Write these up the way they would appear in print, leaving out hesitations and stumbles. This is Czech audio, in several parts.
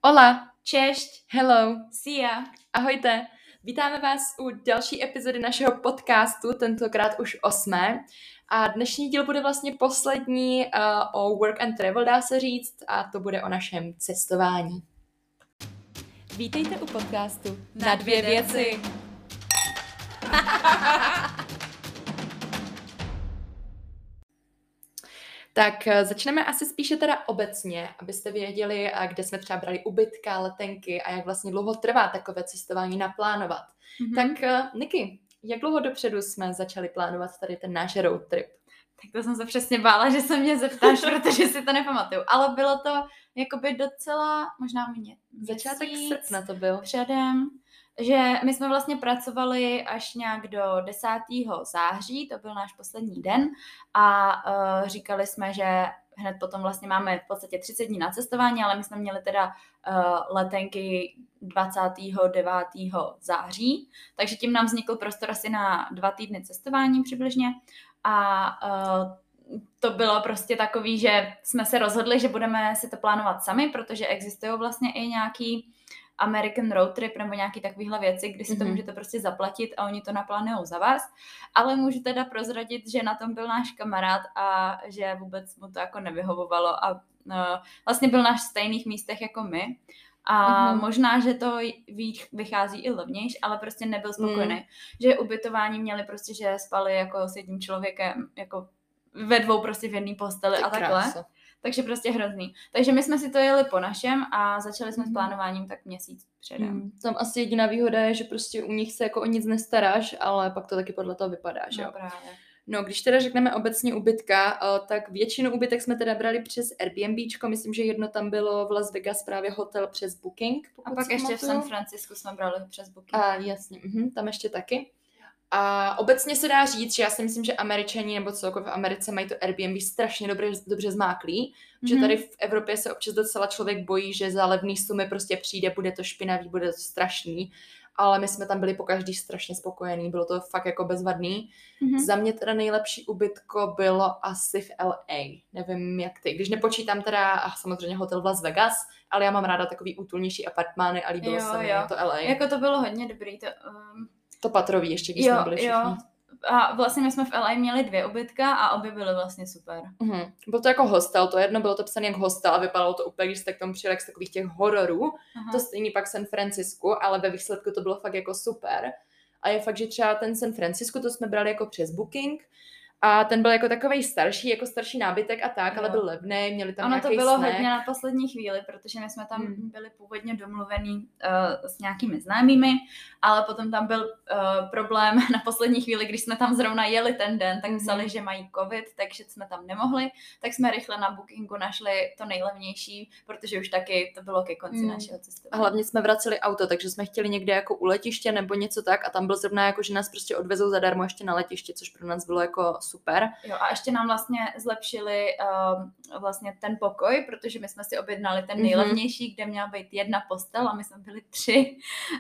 Hola, Češť, hello, Sia. ahojte. Vítáme vás u další epizody našeho podcastu, tentokrát už 8. A dnešní díl bude vlastně poslední o work and travel, dá se říct, a to bude o našem cestování. Vítejte u podcastu Na dvě věci. Tak začneme asi spíše teda obecně, abyste věděli, kde jsme třeba brali ubytka, letenky a jak vlastně dlouho trvá takové cestování naplánovat. Tak Niky, jak dlouho dopředu jsme začali plánovat tady ten náš road trip? Tak to jsem se přesně bála, že se mě zeptáš, protože si to nepamatuju. Ale bylo to jakoby docela, možná Začátek srpna to byl. Předem, že my jsme vlastně pracovali až nějak do 10. září, to byl náš poslední den a říkali jsme, že hned potom vlastně máme v podstatě 30 dní na cestování, ale my jsme měli teda letenky 29. září, takže tím nám vznikl prostor asi na 2 týdny cestování přibližně a to bylo prostě takový, že jsme se rozhodli, že budeme si to plánovat sami, protože existují vlastně i nějaký American road trip nebo nějaký takovýhle věci, kdy si to můžete prostě zaplatit a oni to naplánujou za vás. Ale můžu teda prozradit, že na tom byl náš kamarád a že vůbec mu to jako nevyhovovalo a vlastně byl na stejných místech jako my. A možná, že to vychází i levnějš, ale prostě nebyl spokojený. Že ubytování měli prostě, že spali jako s jedním člověkem, jako ve dvou prostě v jedné posteli a takhle. Krása. Takže prostě hrozný. Takže my jsme si to jeli po našem a začali jsme s plánováním tak měsíc předem. Tam asi jediná výhoda je, že prostě u nich se jako o nic nestaráš, ale pak to taky podle toho vypadá, že jo? No právě. No, když teda řekneme obecně ubytka, tak většinu ubytek jsme teda brali přes Airbnbčko, myslím, že jedno tam bylo v Las Vegas právě hotel přes Booking. A pak ještě v San Francisku jsme brali přes Booking. A jasně, tam ještě taky. A obecně se dá říct, že já si myslím, že Američani nebo celkově v Americe mají to Airbnb strašně dobře zmáklý, že tady v Evropě se občas docela člověk bojí, že za levný sumy prostě přijde, bude to špinavý, bude to strašný, ale my jsme tam byli pokaždý strašně spokojení, bylo to fakt jako bezvadný. Za mě teda nejlepší ubytko bylo asi v LA, nevím jak ty, když nepočítám teda samozřejmě hotel v Las Vegas, ale já mám ráda takový útulnější apartmány a líbilo se mi to LA. Jako to bylo hodně dobrý, To patrový ještě, když jsme byli všichni. Jo. A vlastně my jsme v LA měli 2 ubytka a obě byly vlastně super. Byl to jako hostel, to jedno bylo to psané jako hostel a vypadalo to úplně, když jste k tomu přijeli z takových těch hororů. To stejný pak v San Francisku, ale ve výsledku to bylo fakt jako super. A je fakt, že třeba ten San Francisco, to jsme brali jako přes Booking a ten byl jako takovej starší, jako starší nábytek a tak, ale byl levný, měli tam nějaký snack. Ono to bylo hodně na poslední chvíli, protože my jsme tam byli původně domluvení s nějakými známými, ale potom tam byl problém na poslední chvíli, když jsme tam zrovna jeli ten den, tak psali, že mají covid, takže jsme tam nemohli, tak jsme rychle na Bookingu našli to nejlevnější, protože už taky to bylo ke konci našeho cestování. A hlavně jsme vraceli auto, takže jsme chtěli někde jako u letiště nebo něco tak a tam byl zrovna jako, že nás prostě odvezou zadarmo ještě na letiště, což pro nás bylo jako super. Jo, a ještě nám vlastně zlepšili vlastně ten pokoj, protože my jsme si objednali ten nejlevnější, kde měla být 1 postel a my jsme byli 3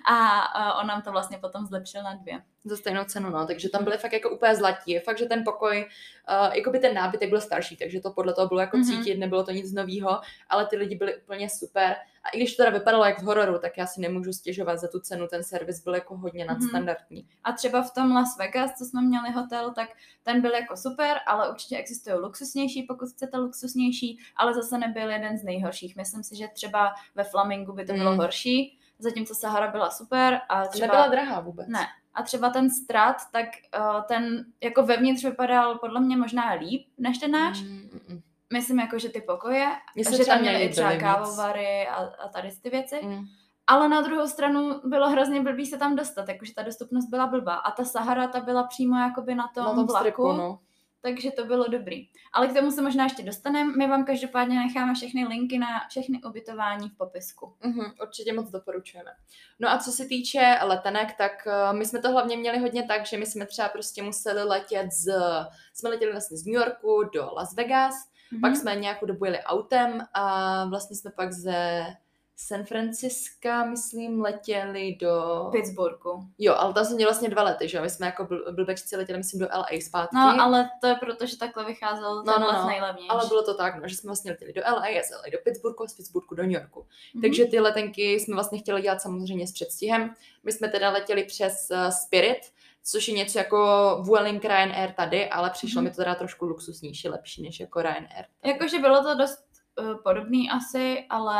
a on nám to vlastně potom zlepšil na 2. Za stejnou cenu, no, takže tam byly fakt jako úplně zlatí. Je fakt, že ten pokoj, jakoby ten nábytek byl starší, takže to podle toho bylo jako cítit, nebylo to nic novýho, ale ty lidi byli úplně super. A i když to teda vypadalo jak v hororu, tak já si nemůžu stěžovat za tu cenu, ten servis byl jako hodně nadstandardní. A třeba v tom Las Vegas, co jsme měli hotel, tak ten byl jako super, ale určitě existují luxusnější, pokud chcete luxusnější, ale zase nebyl jeden z nejhorších. Myslím si, že třeba ve Flamingu by to bylo horší, zatímco Sahara byla super. A třeba nebyla drahá vůbec. Ne. A třeba ten Strat, tak ten jako vevnitř vypadal podle mě možná líp než ten náš. Myslím jako, že ty pokoje, že tam měli třeba kávovary a tady ty věci. Ale na druhou stranu bylo hrozně blbý se tam dostat, jakože ta dostupnost byla blbá. A ta Sahara, ta byla přímo jakoby na tom vlaku. Stripu, no. Takže to bylo dobrý. Ale k tomu se možná ještě dostaneme. My vám každopádně necháme všechny linky na všechny ubytování v popisku. Určitě moc doporučujeme. No a co se týče letenek, tak my jsme to hlavně měli hodně tak, že my jsme třeba prostě museli letět jsme letěli vlastně z New Yorku do Las Vegas, pak jsme nějakou dobu jeli autem a vlastně jsme pak ze San Francisca, myslím, letěli do... Pittsburghu. Jo, ale tam jsme měli vlastně 2 lety, že jo? My jsme jako blbečci letěli, myslím, do LA zpátky. No, ale to je proto, že takhle vycházel ten let nejlevnější. Ale bylo to tak, no, že jsme vlastně letěli do LA, z LA do Pittsburghu a z Pittsburghu do New Yorku. Takže ty letenky jsme vlastně chtěli dělat samozřejmě s předstihem. My jsme teda letěli přes Spirit, což je něco jako Vueling Ryanair tady, ale přišlo mi to teda trošku luxusnější, lepší než jako Ryanair. Jakože bylo to dost podobný asi, ale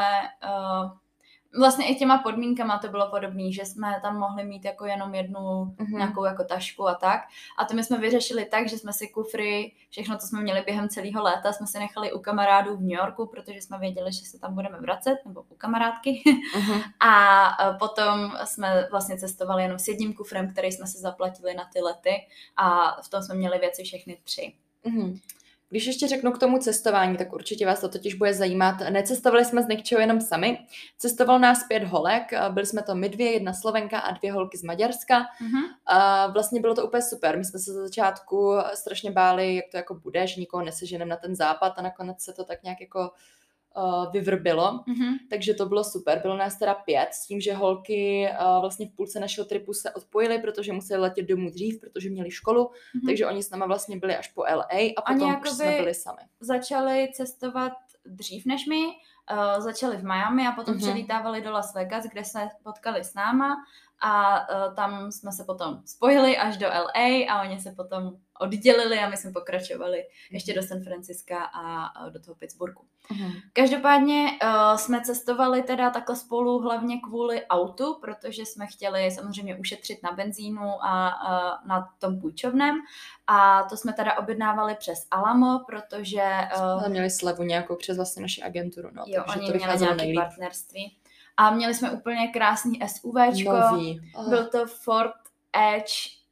vlastně i těma podmínkama to bylo podobný, že jsme tam mohli mít jako jenom jednu nějakou jako tašku a tak. A to my jsme vyřešili tak, že jsme si kufry, všechno, co jsme měli během celého léta, jsme si nechali u kamarádů v New Yorku, protože jsme věděli, že se tam budeme vracet, nebo u kamarádky. A potom jsme vlastně cestovali jenom s jedním kufrem, který jsme si zaplatili na ty lety a v tom jsme měli věci všechny 3. Když ještě řeknu k tomu cestování, tak určitě vás to totiž bude zajímat. Necestovali jsme z něčeho jenom sami. Cestoval nás 5 holek, byli jsme to my 2, 1 Slovenka a 2 holky z Maďarska. A vlastně bylo to úplně super. My jsme se za začátku strašně báli, jak to jako bude, že nikoho neseženeme na ten západ a nakonec se to tak nějak jako vyvrbilo, takže to bylo super. Bylo nás teda 5, s tím, že holky vlastně v půlce našeho tripu se odpojily, protože museli letět domů dřív, protože měli školu, takže oni s náma vlastně byli až po LA a potom už jsme byli sami. Začali cestovat dřív než my, začali v Miami a potom přelítávali do Las Vegas, kde se potkali s náma a tam jsme se potom spojili až do LA a oni se potom oddělili a my jsme pokračovali ještě do San Francisca a do toho Pittsburghu. Každopádně jsme cestovali teda takhle spolu hlavně kvůli autu, protože jsme chtěli samozřejmě ušetřit na benzínu a na tom půjčovném a to jsme teda objednávali přes Alamo, protože... Jsme měli slevu nějakou přes vlastně naši agenturu, no, jo, takže oni to měli nějaké partnerství. A měli jsme úplně krásný SUVčko. Nový. Byl to Ford Edge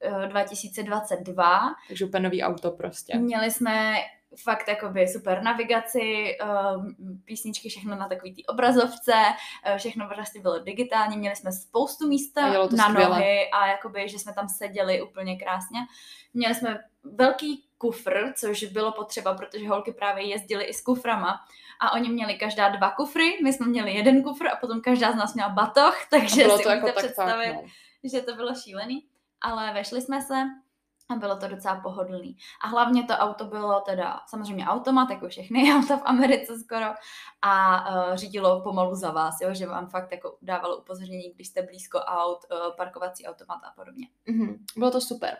2022. Takže úplně nový auto prostě. Měli jsme fakt jakoby super navigaci, písničky, všechno na takový tý obrazovce, všechno prostě bylo digitální, měli jsme spoustu místa na nohy a jakoby, že jsme tam seděli úplně krásně. Měli jsme velký kufr, což bylo potřeba, protože holky právě jezdily i s kuframa a oni měli každá 2 kufry, my jsme měli 1 kufr a potom každá z nás měla batoh, takže si jako můžete představit, že to bylo šílený, ale vešli jsme se a bylo to docela pohodlný. A hlavně to auto bylo teda samozřejmě automat, jako všechny auta v Americe skoro a řídilo pomalu za vás, jo, že vám fakt jako dávalo upozornění, když jste blízko aut, parkovací automat a podobně. Bylo to super.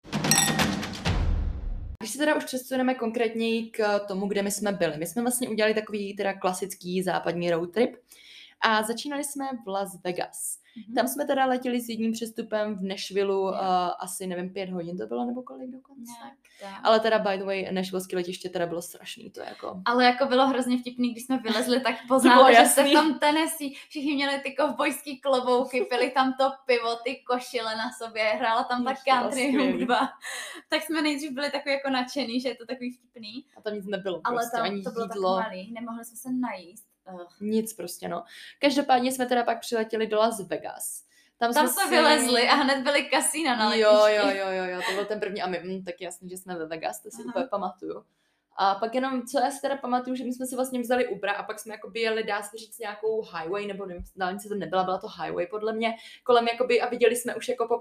Když se teda už přesунeme konkrétněji k tomu, kde my jsme byli. My jsme vlastně udělali takový teda klasický západní road trip a začínali jsme v Las Vegas. Tam jsme teda letěli s jedním přestupem v Nashvilleu, asi nevím, 5 hodin to bylo, nebo kolik dokonce. Ale teda by the way, Nashvilleský letiště teda bylo strašný, to jako. Ale jako bylo hrozně vtipný, když jsme vylezli, tak poznali, že se v tom Tennessee všichni měli ty kovbojský klobouky, pili tam to pivo, ty košile na sobě, hrála tam ta country hudba. Tak jsme nejdřív byli takový jako nadšený, že je to takový vtipný. A tam nic nebylo ale prostě, tam ani to bylo jídlo. tak malý, nemohli jsme se najíst. Nic prostě, no. Každopádně jsme teda pak přiletěli do Las Vegas. Tam jsme vylezli a hned byly kasína na letišti. Jo, to byl ten první a my, tak jasně, že jsme ve Vegas, to si úplně pamatuju. A pak jenom, co já si teda pamatuju, že my jsme si vlastně vzali Uber a pak jsme jakoby jeli, dá se říct, nějakou highway, nebo nevím, dálnice to nebyla, byla to highway podle mě, kolem jakoby a viděli jsme už jako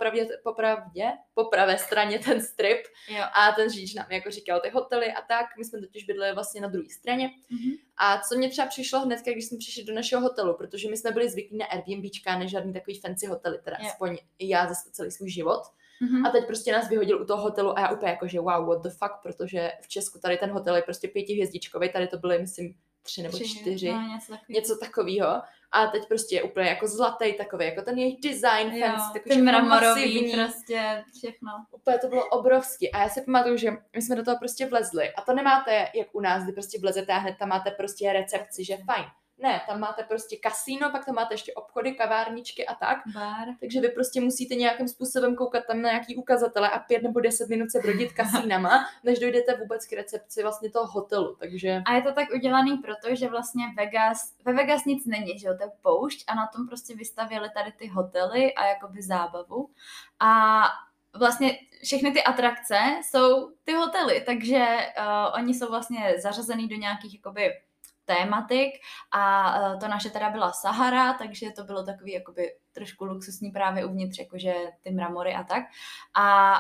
po pravé straně ten strip a ten řidič nám jako říkal ty hotely a tak, my jsme totiž bydleli vlastně na druhé straně. A co mě třeba přišlo hned, když jsme přišli do našeho hotelu, protože my jsme byli zvyklí na Airbnbčka, než žádný takový fancy hotely, teda aspoň já za celý svůj život. A teď prostě nás vyhodil u toho hotelu a já úplně jako, že wow, what the fuck, protože v Česku tady ten hotel je prostě 5hvězdičkový, tady to byly, myslím, 3 nebo 4, něco takového. A teď prostě je úplně jako zlatý takový, jako ten jejich design, fancy, takový mramorový, prostě všechno. Úplně to bylo obrovský. A já si pamatuju, že my jsme do toho prostě vlezli. A to nemáte jak u nás, kdy prostě vlezete a hned tam máte prostě recepci, že fajn. Ne, tam máte prostě kasíno, pak tam máte ještě obchody, kavárničky a tak. Bar. Takže vy prostě musíte nějakým způsobem koukat tam na nějaký ukazatele a 5 nebo 10 minut se brodit kasínama, než dojdete vůbec k recepci vlastně toho hotelu, takže... A je to tak udělaný proto, že vlastně ve Vegas nic není, že jo, to je poušť a na tom prostě vystavěli tady ty hotely a jakoby zábavu. A vlastně všechny ty atrakce jsou ty hotely, takže oni jsou vlastně zařazený do nějakých jakoby tématik a to naše teda byla Sahara, takže to bylo takový jakoby trošku luxusní právě uvnitř, jakože ty mramory a tak. A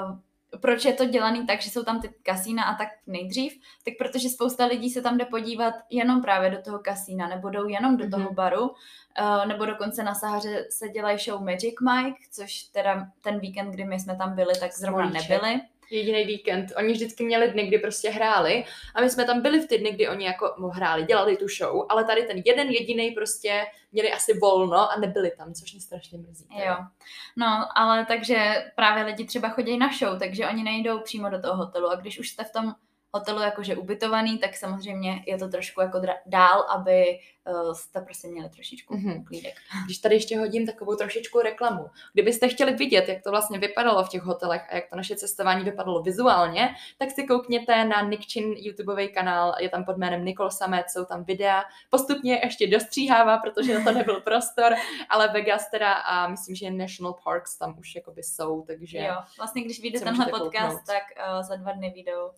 proč je to dělaný tak, že jsou tam ty kasína a tak nejdřív? Tak protože spousta lidí se tam jde podívat jenom právě do toho kasína, nebo jdou jenom do toho baru, nebo dokonce na Sahaře se dělají show Magic Mike, což teda ten víkend, kdy my jsme tam byli, tak zrovna nebyli. Jediný víkend. Oni vždycky měli dny, kdy prostě hráli a my jsme tam byli v ty dny, kdy oni jako hráli, dělali tu show, ale tady ten jeden jediný prostě měli asi volno a nebyli tam, což mě strašně mrzí. Jo, no, ale takže právě lidi třeba chodí na show, takže oni nejdou přímo do toho hotelu a když už jste v tom hotelu jakože ubytovaný, tak samozřejmě je to trošku jako dál, aby jste prostě měli trošičku klídek. Když tady ještě hodím takovou trošičku reklamu. Kdybyste chtěli vidět, jak to vlastně vypadalo v těch hotelech a jak to naše cestování vypadalo vizuálně, tak si koukněte na Nick Chin YouTubeový kanál, je tam pod jménem Nicole Samet, jsou tam videa. Postupně ještě dostříhává, protože na to nebyl prostor, ale Vegas teda a myslím, že National Parks tam už jakoby jsou, takže... Jo, vlastně když vyjde tenhle podcast, kouknout. Tak za 2 dny vyjdou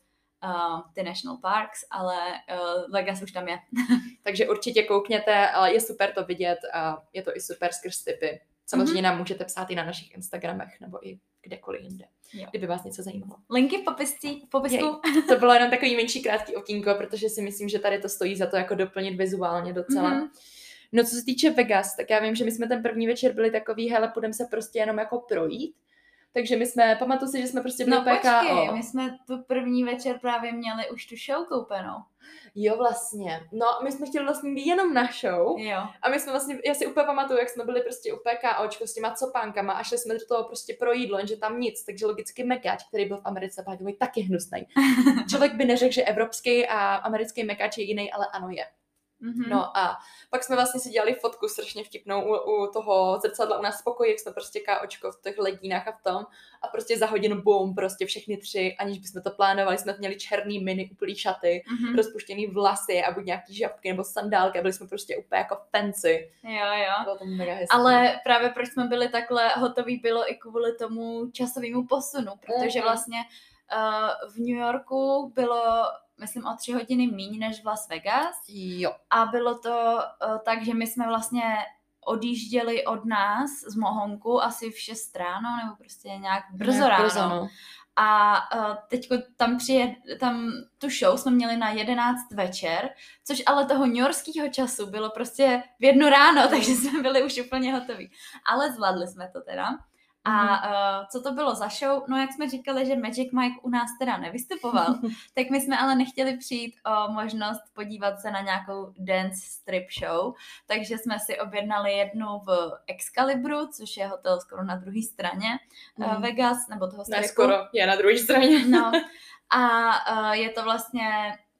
ty National Parks, ale Vegas už tam je. Takže určitě koukněte, ale je super to vidět a je to i super skrz tipy. Samozřejmě nám můžete psát i na našich Instagramech nebo i kdekoliv jinde, kdyby vás něco zajímalo. Linky v popisku. To bylo jenom takový menší krátký okýnko, protože si myslím, že tady to stojí za to jako doplnit vizuálně docela. No co se týče Vegas, tak já vím, že my jsme ten první večer byli takový, hele, půjdeme se prostě jenom jako projít. Takže my jsme, pamatuju si, že jsme prostě byli PKO. Počkej, my jsme tu první večer právě měli už tu show koupenou. Jo, vlastně. No, my jsme chtěli vlastně být jenom na show. Jo. A my jsme vlastně, já si úplně pamatuju, jak jsme byli prostě u PKOčko s těma copánkama a šli jsme do toho prostě pro jídlo, jenže tam nic. Takže logicky mekáč, který byl v Americe, byl taky hnusnej. Člověk by neřekl, že evropský a americký mekáč je jiný, ale ano je. No a pak jsme vlastně si dělali fotku strašně vtipnou u toho zrcadla u nás v pokoji, jak jsme prostě KOčko v těch ledínách a v tom a prostě za hodinu boom, prostě všechny 3, aniž bychom to plánovali, jsme měli černý mini úplný šaty, rozpuštěný vlasy a buď nějaký žabky nebo sandálky a byli jsme prostě úplně jako fancy. Jo. Bylo to mega hezký. Ale právě proč jsme byli takhle hotoví, bylo i kvůli tomu časovému posunu, protože vlastně v New Yorku bylo myslím o 3 hodiny míň než v Las Vegas. Jo. A bylo to tak, že my jsme vlastně odjížděli od nás z Mohonku asi v 6 ráno, nebo prostě nějak brzo ráno. A teďko tam tu show jsme měli na 11 večer, což ale toho newyorského času bylo prostě v 1 ráno, takže jsme byli už úplně hotoví. Ale zvládli jsme to teda. A co to bylo za show? No jak jsme říkali, že Magic Mike u nás teda nevystupoval, tak my jsme ale nechtěli přijít o možnost podívat se na nějakou dance strip show, takže jsme si objednali jednu v Excalibru, což je hotel skoro na druhé straně Vegas, nebo toho stripu. Ne, skoro, je na druhé straně. No. A je to vlastně...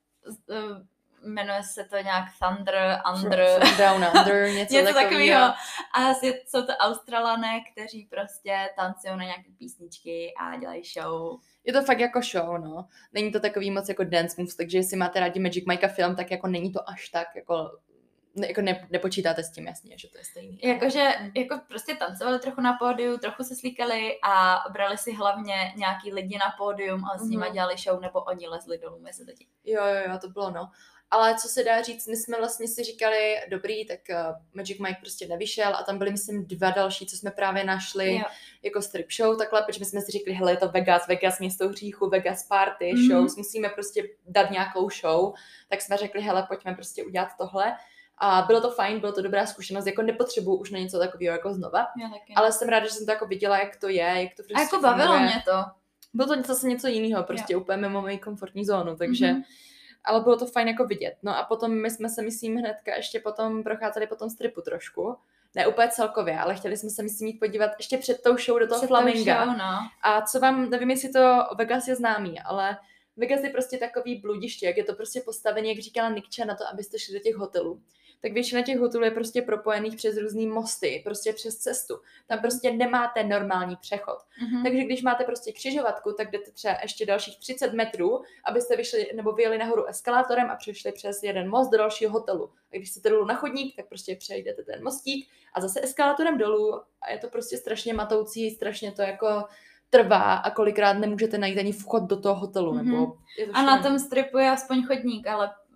jmenuje se to nějak Thunder, Down Under, něco takového. A jsou to Australané, kteří prostě tancují na nějaké písničky a dělají show. Je to fakt jako show, no. Není to takový moc jako dance moves, takže jestli máte rádi Magic Mike film, tak jako není to až tak jako nepočítáte s tím jasně, že to je stejný. Jakože jako prostě tancovali trochu na pódiu, trochu se slíkali a brali si hlavně nějaký lidi na pódium a s nima dělali show, nebo oni lezli dolů mezi lidi. Jo, to bylo no. Ale co se dá říct, my jsme vlastně si říkali, dobrý, tak Magic Mike prostě nevyšel a tam byly, myslím, 2 další, co jsme právě našli jako strip show takhle, protože my jsme si říkali, hele, je to Vegas město hříchu, Vegas party, shows, musíme prostě dát nějakou show, tak jsme řekli, hele, pojďme prostě udělat tohle. A bylo to fajn, bylo to dobrá zkušenost, jako nepotřebuju už na něco takového jako znova, ale jsem ráda, že jsem to jako viděla, jak to je, jak to prostě a jako bavilo mě to. Bylo to zase něco jiného, prostě úplně mimo moji komfortní zónu, takže... Ale bylo to fajn jako vidět. No a potom my jsme se, myslím, hnedka ještě potom procházeli po tom stripu trošku. Ne úplně celkově, ale chtěli jsme se, myslím, jít podívat ještě před tou show do toho Flaminga. No. A co vám, nevím, jestli to Vegas je známý, ale Vegas je prostě takový bludiště, jak je to prostě postavený, jak říkala Nikča, na to, abyste šli do těch hotelů. Tak většina těch hotelů je prostě propojených přes různý mosty, prostě přes cestu. Tam prostě nemáte normální přechod. Takže když máte prostě křižovatku, tak jdete třeba ještě dalších 30 metrů, abyste vyšli nebo vyjeli nahoru eskalátorem a přešli přes jeden most do dalšího hotelu. A když jste dolů na chodník, tak prostě přejdete ten mostík a zase eskalátorem dolů a je to prostě strašně matoucí, strašně to jako trvá a kolikrát nemůžete najít ani vchod do toho hotelu. Nebo a na tom stripu je aspoň chodník, ale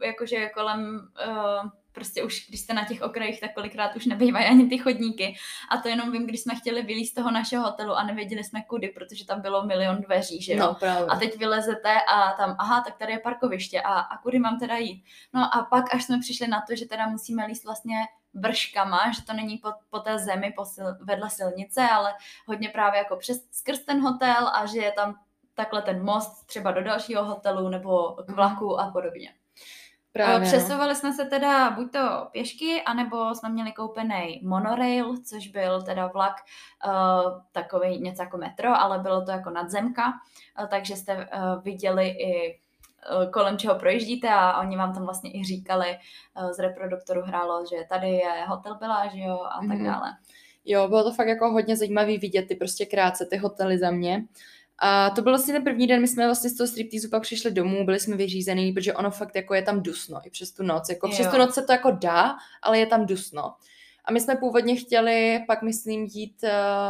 jakože kolem... prostě už, když jste na těch okrajích, tak kolikrát už nebývají ani ty chodníky. A to jenom vím, když jsme chtěli vylít z toho našeho hotelu a nevěděli jsme kudy, protože tam bylo milion dveří, že jo? No, právě. A teď vylezete a tam, aha, tak tady je parkoviště a kudy mám teda jít? No a pak, až jsme přišli na to, že teda musíme líst vlastně vrškama, že to není po té zemi vedle silnice, ale hodně právě jako skrz ten hotel a že je tam takhle ten most třeba do dalšího hotelu nebo k vlaku a podobně. Právě, přesouvali jsme se teda buď to pěšky, anebo jsme měli koupený monorail, což byl teda vlak takový něco jako metro, ale bylo to jako nadzemka, takže jste viděli i kolem čeho projíždíte a oni vám tam vlastně i říkali, z reproduktoru hrálo, že tady je hotel byla, že jo, a tak dále. Jo, bylo to fakt jako hodně zajímavý vidět ty prostě krátce, ty hotely za mě. A to byl vlastně ten první den, my jsme vlastně z toho stripteasu pak přišli domů, byli jsme vyřízený, protože ono fakt jako je tam dusno i přes tu noc, jako přes tu noc se to jako dá, ale je tam dusno. A my jsme původně chtěli pak myslím jít,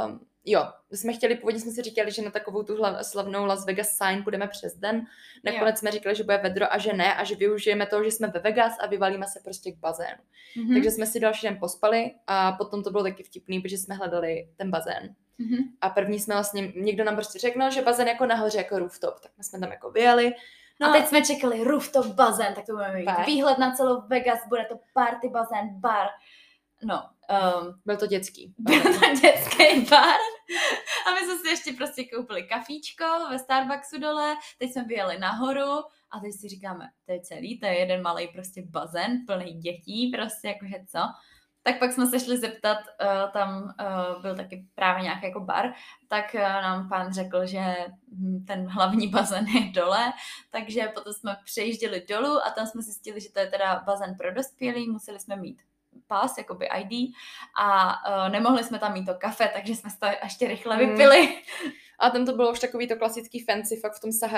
původně jsme si říkali, že na takovou tu slavnou Las Vegas sign půjdeme přes den. Nakonec jsme říkali, že bude vedro a že ne a že využijeme toho, že jsme ve Vegas a vyvalíme se prostě k bazénu. Takže jsme si další den pospali a potom to bylo taky vtipný, protože jsme hledali ten bazén. A první jsme vlastně, někdo nám prostě řekl, že bazén jako nahoře, jako rooftop, tak jsme tam jako vyjeli. No a teď jsme čekali rooftop bazén, tak to budeme mít výhled na celou Vegas, bude to party bazén, bar. No. Byl to dětský. Byl to dětský bar. A my jsme si ještě prostě koupili kafíčko ve Starbucksu dole, teď jsme vyjeli nahoru a teď si říkáme, to je celý, to je jeden malý prostě bazén plný dětí, prostě jakože co. Tak pak jsme se šli zeptat, tam byl taky právě nějaký jako bar, tak nám pán řekl, že ten hlavní bazén je dole, takže potom jsme přejížděli dolů a tam jsme zjistili, že to je teda bazén pro dospělí, museli jsme mít pas, jakoby ID a nemohli jsme tam mít to kafe, takže jsme to ještě rychle vypili. A tam to bylo už takový to klasický fancy, fakt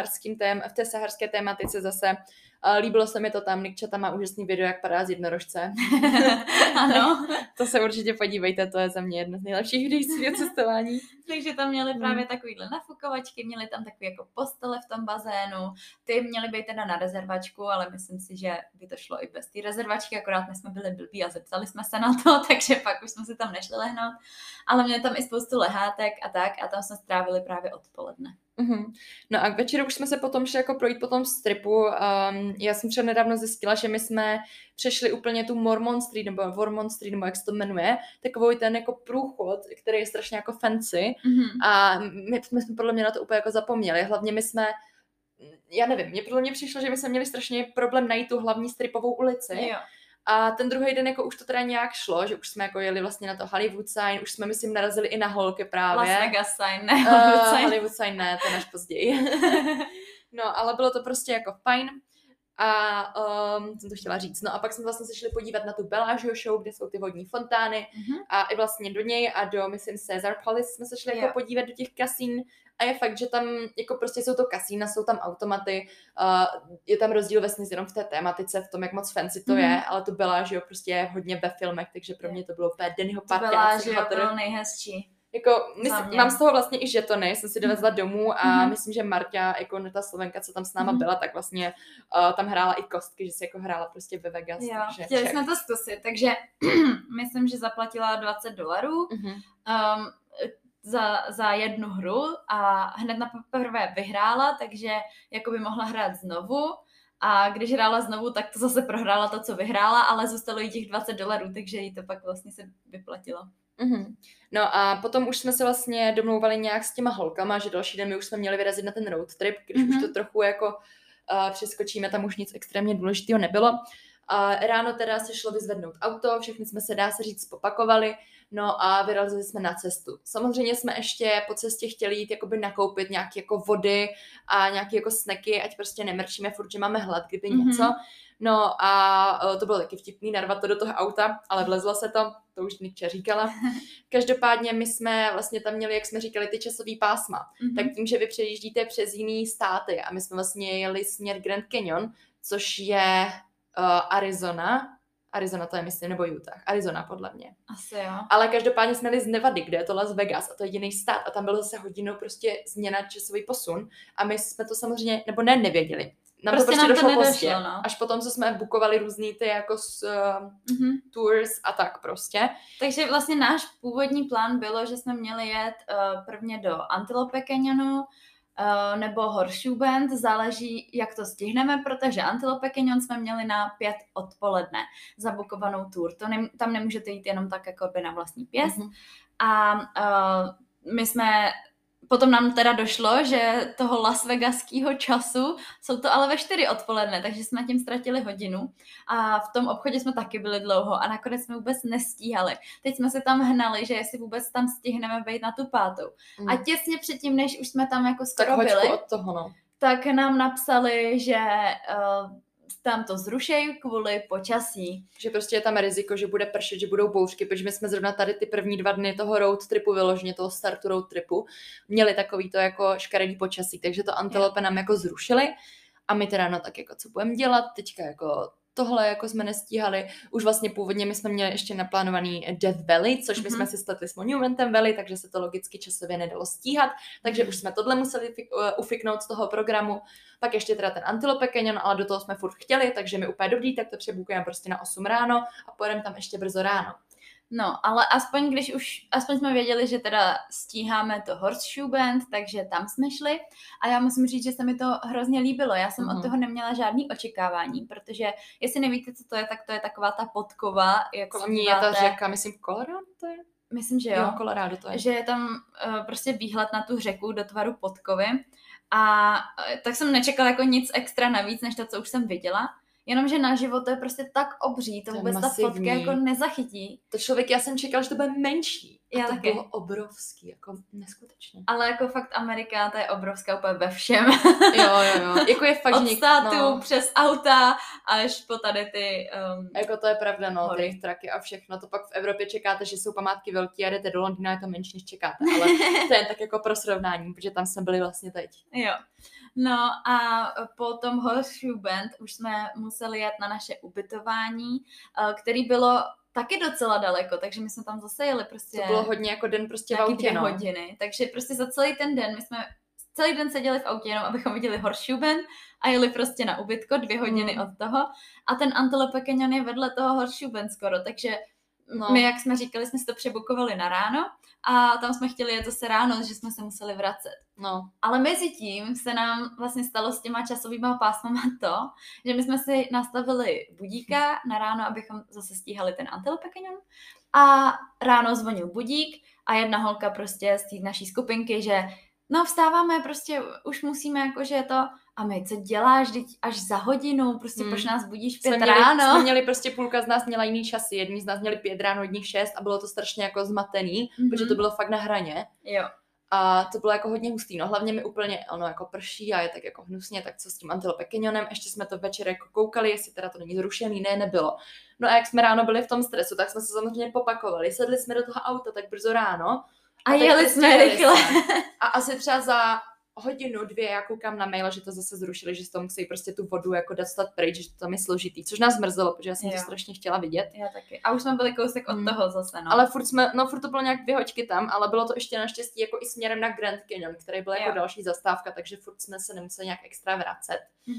v té saharské tématice zase. Líbilo se mi to tam, Nikča tam má úžasný video, jak padá z jednorožce. Ano. To se určitě podívejte, to je za mě jedno z nejlepších videí svého cestování. Takže tam měli právě takovýhle nafukovačky, měli tam takový jako postele v tom bazénu, ty měly být teda na rezervačku, ale myslím si, že by to šlo i bez té rezervačky, akorát my jsme byli blbí a zeptali jsme se na to, takže pak už jsme si tam nešli lehnout, ale měli tam i spoustu lehátek a tam jsme strávili právě odpoledne. No a k večeru už jsme se potom šli jako projít po tom stripu. Já jsem třeba nedávno zjistila, že my jsme přešli úplně tu Mormon Street, nebo jak se to jmenuje, takový ten jako průchod, který je strašně jako fancy a my jsme podle mě na to úplně jako zapomněli. Hlavně my jsme, já nevím, podle mě přišlo, že my jsme měli strašně problém najít tu hlavní stripovou ulici. Jo. A ten druhý den jako už to teda nějak šlo, že už jsme jako jeli vlastně na to Hollywood sign, už jsme myslím narazili i na holky právě. Las Vegas sign, ne Hollywood sign. Hollywood sign ne, to je až později. No, ale bylo to prostě jako fajn. A jsem to chtěla říct. No a pak jsme vlastně se šli podívat na tu Bellagio show, kde jsou ty vodní fontány a i vlastně do něj a do, myslím, Caesar Palace jsme se šli jako podívat do těch kasín. A je fakt, že tam jako prostě jsou to kasína, jsou tam automaty, je tam rozdíl vesměs jenom v té tématice, v tom, jak moc fancy to je, ale to Bellagio prostě je hodně ve filmech, takže pro mě to bylo úplně Dannyho party. Bellagio bylo nejhezčí. Jako, mám z toho vlastně i žetony, jsem si dovezla domů a myslím, že Marta, jako ta Slovenka, co tam s náma byla, tak vlastně tam hrála i kostky, že si jako hrála prostě ve Vegas. Jo, chtěli jsme to zkusit, takže myslím, že zaplatila $20 za jednu hru a hned na poprvé vyhrála, takže jako by mohla hrát znovu. A když hrála znovu, tak to zase prohrála to, co vyhrála, ale zůstalo jí těch $20, takže jí to pak vlastně se vyplatilo. No a potom už jsme se vlastně domlouvali nějak s těma holkama, že další den my už jsme měli vyrazit na ten road trip, když už to trochu jako přeskočíme, tam už nic extrémně důležitého nebylo. Ráno teda se šlo vyzvednout auto, všechny jsme se, dá se říct, popakovali, no a vyrazili jsme na cestu. Samozřejmě jsme ještě po cestě chtěli jít jakoby nakoupit nějaké jako vody a nějaké jako snacky, ať prostě nemrčíme furt, že máme hlad, kdyby něco. No a to bylo taky vtipný narvat to do toho auta, ale vlezlo se to už Nikča říkala. Každopádně my jsme vlastně tam měli, jak jsme říkali, ty časový pásma. Tak tím, že vy přejíždíte přes jiný státy a my jsme vlastně jeli směr Grand Canyon, což je Arizona to je, myslím, nebo Utah. Arizona, podle mě. Asi jo. Ale každopádně jsme jeli z Nevady, kde je to Las Vegas a to je jediný stát a tam byl zase hodinou prostě změna časový posun a my jsme to samozřejmě, nebo nevěděli. nám to prostě došlo pozdě. No. Až potom, co jsme bukovali různý ty jako tours a tak prostě. Takže vlastně náš původní plán bylo, že jsme měli jet prvně do Antelope Canyonu, nebo Horseshoe Bend, záleží, jak to stihneme, protože Antelope Canyon jsme měli na 5 odpoledne zabukovanou tour. Tam nemůžete jít jenom tak jako by na vlastní pěst. A my jsme, potom nám teda došlo, že toho Las Vegaského času jsou to ale ve 4 odpoledne, takže jsme tím ztratili hodinu a v tom obchodě jsme taky byli dlouho a nakonec jsme vůbec nestíhali. Teď jsme se tam hnali, že jestli vůbec tam stihneme být na tu 5. A těsně předtím, než už jsme tam jako skoro byli, od toho, no. Tak nám napsali, že tam to zrušejí kvůli počasí. Že prostě je tam riziko, že bude pršet, že budou bouřky, protože my jsme zrovna tady ty první 2 dny toho road tripu, vyloženě toho startu road tripu, měli takový to jako škaredý počasí, takže to Antelope nám jako zrušili a my teda no tak jako co budeme dělat, teďka jako tohle jako jsme nestíhali. Už vlastně původně my jsme měli ještě naplánovaný Death Valley, což my jsme si spletli s Monumentem Valley, takže se to logicky časově nedalo stíhat, takže už jsme tohle museli ufiknout z toho programu. Pak ještě teda ten Antelope Canyon, ale do toho jsme furt chtěli, takže my úplně dobrý, tak to přebukujeme prostě na 8 ráno a pojedeme tam ještě brzo ráno. No, ale aspoň jsme věděli, že teda stíháme to Horseshoe Bend, takže tam jsme šli a já musím říct, že se mi to hrozně líbilo. Já jsem od toho neměla žádný očekávání, protože jestli nevíte, co to je, tak to je taková ta podkova, jako je ta řeka, myslím Colorado to je? Myslím, že jo. Colorado to je. Že je tam prostě výhled na tu řeku do tvaru podkovy a tak jsem nečekala jako nic extra navíc, než to, co už jsem viděla. Jenomže naživo to je prostě tak obří, to vůbec ta fotka jako nezachytí. To člověk, já jsem čekala, že to bude menší. A já to taky. bylo obrovský, jako neskutečně. Ale jako fakt Amerika, to je obrovská úplně ve všem. Jo. Jako je fakt, od státu přes auta až po tady ty jako to je pravda, no, ty traky a všechno. To pak v Evropě čekáte, že jsou památky velký a jdete do Londýna, je to menší, než čekáte. Ale to je tak jako pro srovnání, protože tam jsme byli vlastně teď. Jo. No a po tom Horseshoe Bend už jsme museli jet na naše ubytování, který bylo taky docela daleko, takže my jsme tam zase jeli prostě... To bylo hodně jako den prostě v autě, 2 hodiny, takže prostě za celý ten den my jsme celý den seděli v autě jenom, abychom viděli Horseshoe Bend a jeli prostě na ubytko 2 hodiny od toho a ten Antelope Canyon je vedle toho Horseshoe Bend skoro, takže my, jak jsme říkali, jsme si to přebukovali na ráno a tam jsme chtěli jet zase ráno, že jsme se museli vracet. No. Ale mezi tím se nám vlastně stalo s těma časovýma pásmama to, že my jsme si nastavili budíka na ráno, abychom zase stíhali ten Antelope Canyon a ráno zvonil budík a jedna holka prostě z té naší skupinky, že no vstáváme, prostě už musíme jakože to a my, co děláš, teď až za hodinu, prostě proč nás budíš v 5 ráno. Jsme měli prostě půlka z nás měla jiný časy, jedni z nás měli 5 ráno, jedni 6 a bylo to strašně jako zmatený, protože to bylo fakt na hraně. Jo. A to bylo jako hodně hustý, no hlavně mi úplně, ono jako prší a je tak jako hnusně, tak co s tím Antelope Canyonem, ještě jsme to večer jako koukali, jestli teda to není zrušený, nebylo. No a jak jsme ráno byli v tom stresu, tak jsme se samozřejmě popakovali, sedli jsme do toho auta tak brzo ráno. A jeli jsme rychle. A asi třeba za hodinu, 2, já koukám na mail, že to zase zrušili, že z toho musí prostě tu vodu jako dostat pryč, že to tam je složitý, což nás mrzelo, protože já jsem to strašně chtěla vidět. Já taky. A už jsme byli kousek od toho zase, no. Ale furt to bylo nějak 2 hoďky tam, ale bylo to ještě naštěstí jako i směrem na Grand Canyon, který byl jako další zastávka, takže furt jsme se nemuseli nějak extra vracet.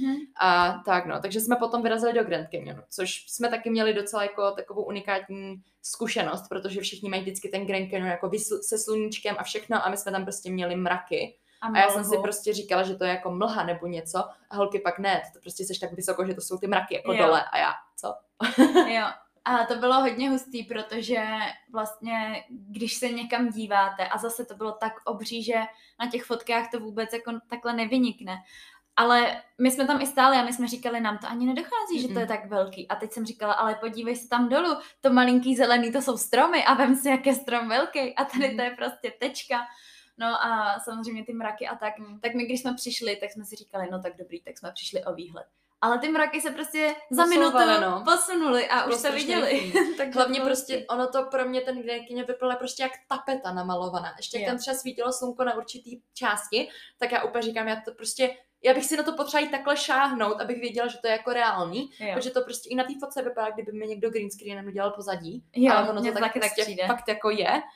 A tak no, takže jsme potom vyrazili do Grand Canyonu, což jsme taky měli docela jako takovou unikátní zkušenost, protože všichni mají vždycky ten Grand Canyon jako se sluníčkem a všechno a my jsme tam prostě měli mraky. A já jsem si prostě říkala, že to je jako mlha nebo něco a holky pak ne, to prostě seš tak vysoko, že to jsou ty mraky jako dole a já, co? Jo. A to bylo hodně hustý, protože vlastně, když se někam díváte a zase to bylo tak obří, že na těch fotkách to vůbec jako takhle nevynikne. Ale my jsme tam i stáli a my jsme říkali, nám to ani nedochází, že to je tak velký. A teď jsem říkala, ale podívej se tam dolů, to malinký zelený, to jsou stromy a vem si, jak je strom velký a tady to je prostě tečka. No a samozřejmě ty mraky a tak. Tak my, když jsme přišli, tak jsme si říkali, no tak dobrý, tak jsme přišli o výhled. Ale ty mraky se prostě za minutu posunuly a už to viděli. Tak hlavně prostě ono to pro mě ten Grand Canyon vypadalo prostě jak tapeta namalovaná. Ještě jak tam třeba svítilo slunko na určitý části, tak já úplně říkám, já bych si na to potřebovala takhle šáhnout, abych věděla, že to je jako reálný, protože to prostě i na té fotce vypadá, kdyby mi někdo green screenem udělal pozadí. Jo, ale ono to tak přijde. Fakt jako je.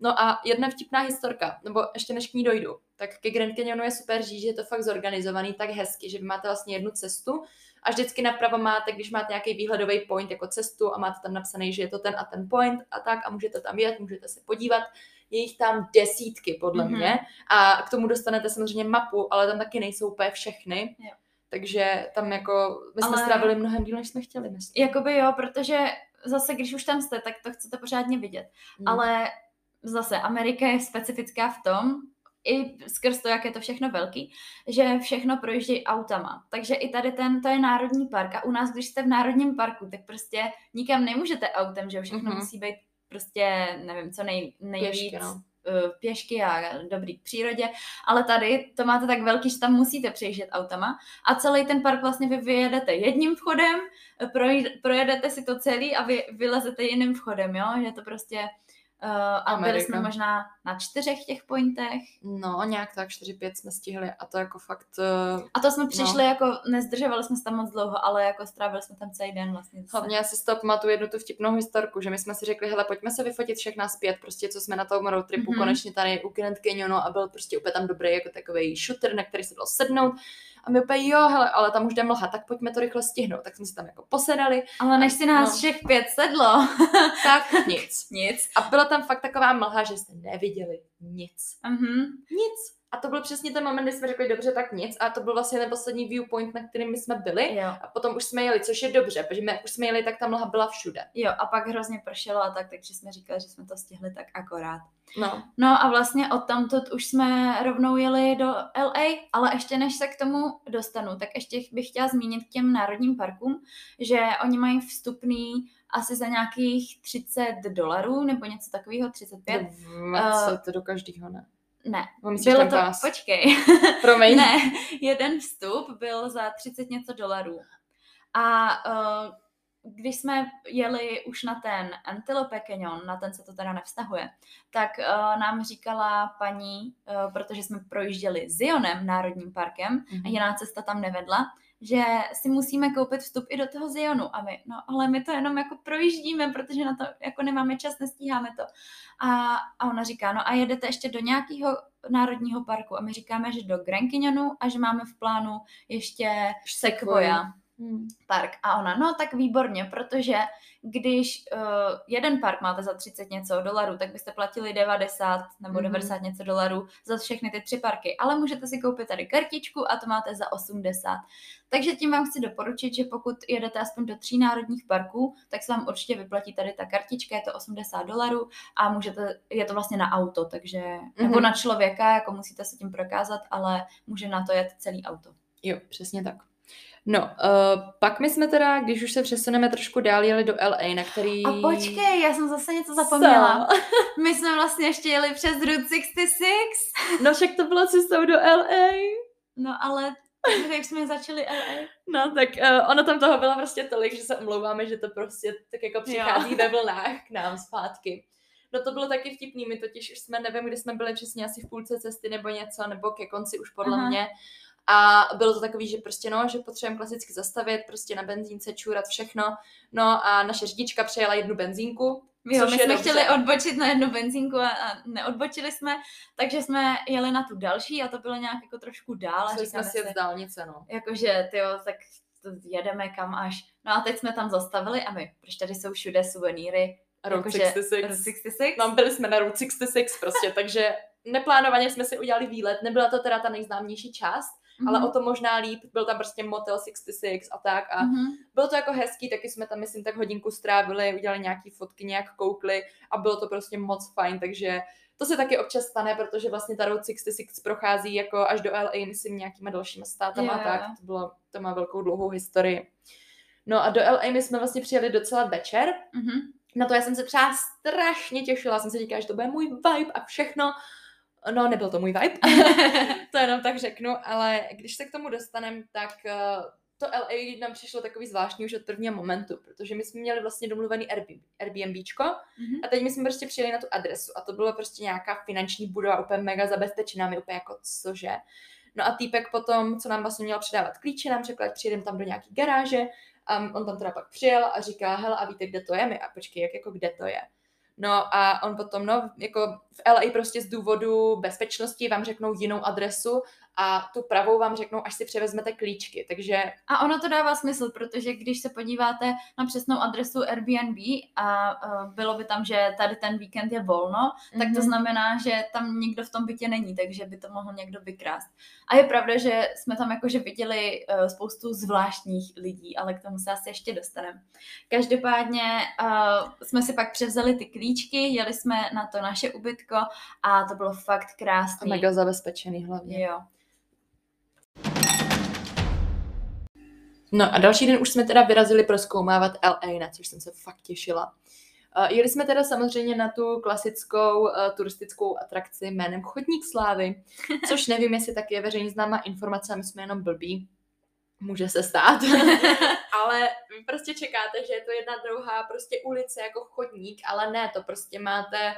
No a jedna vtipná historka, nebo ještě než k ní dojdu, tak ke Grand Canyonu je super říct, že je to fakt zorganizovaný tak hezky, že vy máte vlastně jednu cestu a vždycky napravo máte, když máte nějaký výhledový point jako cestu a máte tam napsaný, že je to ten a ten point a tak a můžete tam jet, můžete se podívat. Je jich tam desítky podle mě a k tomu dostanete samozřejmě mapu, ale tam taky nejsou úplně všechny. Jo. Takže tam jako, my jsme strávili mnohem díl, než jsme chtěli, myslím. Jakoby jo, protože zase, když už tam jste, tak to chcete pořádně vidět. Ale zase Amerika je specifická v tom, i skrz to, jak je to všechno velký, že všechno projíždějí autama. Takže i tady to je národní park a u nás, když jste v národním parku, tak prostě nikam nemůžete autem, že všechno musí být prostě, nevím, co nejvíc pěšky a dobrý k přírodě, ale tady to máte tak velký, že tam musíte přejíždět autama a celý ten park vlastně vy vyjedete jedním vchodem, projedete si to celý a vy vylezete jiným vchodem, jo, že to prostě a byli jsme možná na 4 těch pointech. No, nějak tak 4-5 jsme stihli a to jako fakt... A to jsme přišli jako, nezdržovali jsme se tam moc dlouho, ale jako strávili jsme tam celý den vlastně. Hlavně já si z toho pamatuju jednu tu vtipnou historku, že my jsme si řekli, hele, pojďme se vyfotit všechna zpět, prostě co jsme na tom road tripu, konečně tady u Grand Canyonu a byl prostě úplně tam dobrý jako takovej shooter, na který se dalo sednout. A my úplně jo, hele, ale tam už jde mlha, tak pojďme to rychle stihnout. Tak jsme si tam jako posedali. Ale než si nás všech 5 sedlo. Tak nic. A byla tam fakt taková mlha, že jste neviděli nic. Nic. A to byl přesně ten moment, kdy jsme řekli, dobře, tak nic. A to byl vlastně ten poslední viewpoint, na kterým my jsme byli. Jo. A potom už jsme jeli, což je dobře, protože my už jsme jeli, tak ta mlha byla všude. Jo, a pak hrozně pršelo a tak, takže jsme říkali, že jsme to stihli tak akorát. No a vlastně odtamtud už jsme rovnou jeli do LA, ale ještě než se k tomu dostanu, tak ještě bych chtěla zmínit k těm národním parkům, že oni mají vstupný asi za nějakých $30 nebo něco takového, 35. To do každého, ne? Ne, bylo to, počkej. Promiň. Ne, jeden vstup byl za 30 něco dolarů. A když jsme jeli už na ten Antelope Canyon, na ten se to teda nevztahuje, tak nám říkala paní, protože jsme projížděli Zionem, národním parkem, a jiná cesta tam nevedla, že si musíme koupit vstup i do toho Zionu. A my, no ale my to jenom jako projíždíme, protože na to jako nemáme čas, nestíháme to. A ona říká, no a jedete ještě do nějakého národního parku. A my říkáme, že do Grand Canyonu a že máme v plánu ještě Sequoia park. A ona, no tak výborně, protože když jeden park máte za 30 něco dolarů, tak byste platili 90 nebo 90 něco dolarů za všechny ty 3 parky. Ale můžete si koupit tady kartičku a to máte za 80. Takže tím vám chci doporučit, že pokud jedete aspoň do 3 národních parků, tak se vám určitě vyplatí tady ta kartička, je to $80 a můžete, je to vlastně na auto, takže, nebo na člověka, jako musíte se tím prokázat, ale může na to jet celý auto. Jo, přesně tak. No, pak my jsme teda, když už se přesuneme trošku dál, jeli do LA, na který... A počkej, já jsem zase něco zapomněla. My jsme vlastně ještě jeli přes Route 66. No však to bylo cestou do LA. No ale jak jsme začali LA. No tak ono tam toho bylo prostě tolik, že se omlouváme, že to prostě tak jako přichází ve vlnách k nám zpátky. No to bylo taky vtipný, my totiž už jsme, nevím, kdy jsme byli přesně asi v půlce cesty nebo něco, nebo ke konci už podle mě. A bylo to takový, že prostě že potřebujeme klasicky zastavit, prostě na benzínce čůrat všechno. No a naše řidička přejela jednu benzínku. Jo, my jsme chtěli odbočit na jednu benzínku a neodbočili jsme, takže jsme jeli na tu další a to bylo nějak jako trošku dál. A jsme si jet z dálnice, no. Jakože, tak jedeme kam až. No a teď jsme tam zastavili a my, protože tady jsou všude suvenýry. Route 66. No, byli jsme na Route 66 prostě, takže neplánovaně jsme si udělali výlet. Nebyla to teda ta nejznámější část, ale o to možná líp. Byl tam prostě Motel 66 a tak a bylo to jako hezký, taky jsme tam, myslím, tak hodinku strávili, udělali nějaký fotky, nějak koukli a bylo to prostě moc fajn, takže to se taky občas stane, protože vlastně ta Route 66 prochází jako až do LA, myslím, nějakýma dalšíma státama a tak, to má velkou dlouhou historii. No a do LA my jsme vlastně přijeli docela večer. Na to já jsem se třeba strašně těšila, jsem si říkala, že to bude můj vibe a všechno. No, nebyl to můj vibe, to jenom tak řeknu, ale když se k tomu dostaneme, tak to LA nám přišlo takový zvláštní už od prvního momentu, protože my jsme měli vlastně domluvený Airbnbčko a teď my jsme prostě přijeli na tu adresu a to bylo prostě nějaká finanční budova úplně mega zabezpečená, my úplně jako cože. No a týpek potom, co nám vlastně měl předávat klíče, nám řekl, ať přijedeme tam do nějaký garáže. On tam teda pak přijel a říká, hele, a víte, kde to je? My, a počkej, jak jako kde to je? No a on potom, jako v LA prostě z důvodu bezpečnosti vám řeknou jinou adresu a tu pravou vám řeknou, až si převezmete klíčky, takže... A ono to dává smysl, protože když se podíváte na přesnou adresu Airbnb a bylo by tam, že tady ten víkend je volno, tak to znamená, že tam nikdo v tom bytě není, takže by to mohl někdo vykrást. A je pravda, že jsme tam jakože viděli spoustu zvláštních lidí, ale k tomu se asi ještě dostaneme. Každopádně jsme si pak převzali ty klíčky, jeli jsme na to naše ubytko a to bylo fakt krásný. A mega zabezpečený hlavně. Jo. No a další den už jsme teda vyrazili prozkoumávat LA, na což jsem se fakt těšila. Jeli jsme teda samozřejmě na tu klasickou turistickou atrakci jménem Chodník slávy, což nevím, jestli taky je veřejně známá informace a my jsme jenom blbí. Může se stát. Ale vy prostě čekáte, že je to jedna druhá prostě ulice jako chodník, ale ne, to prostě máte...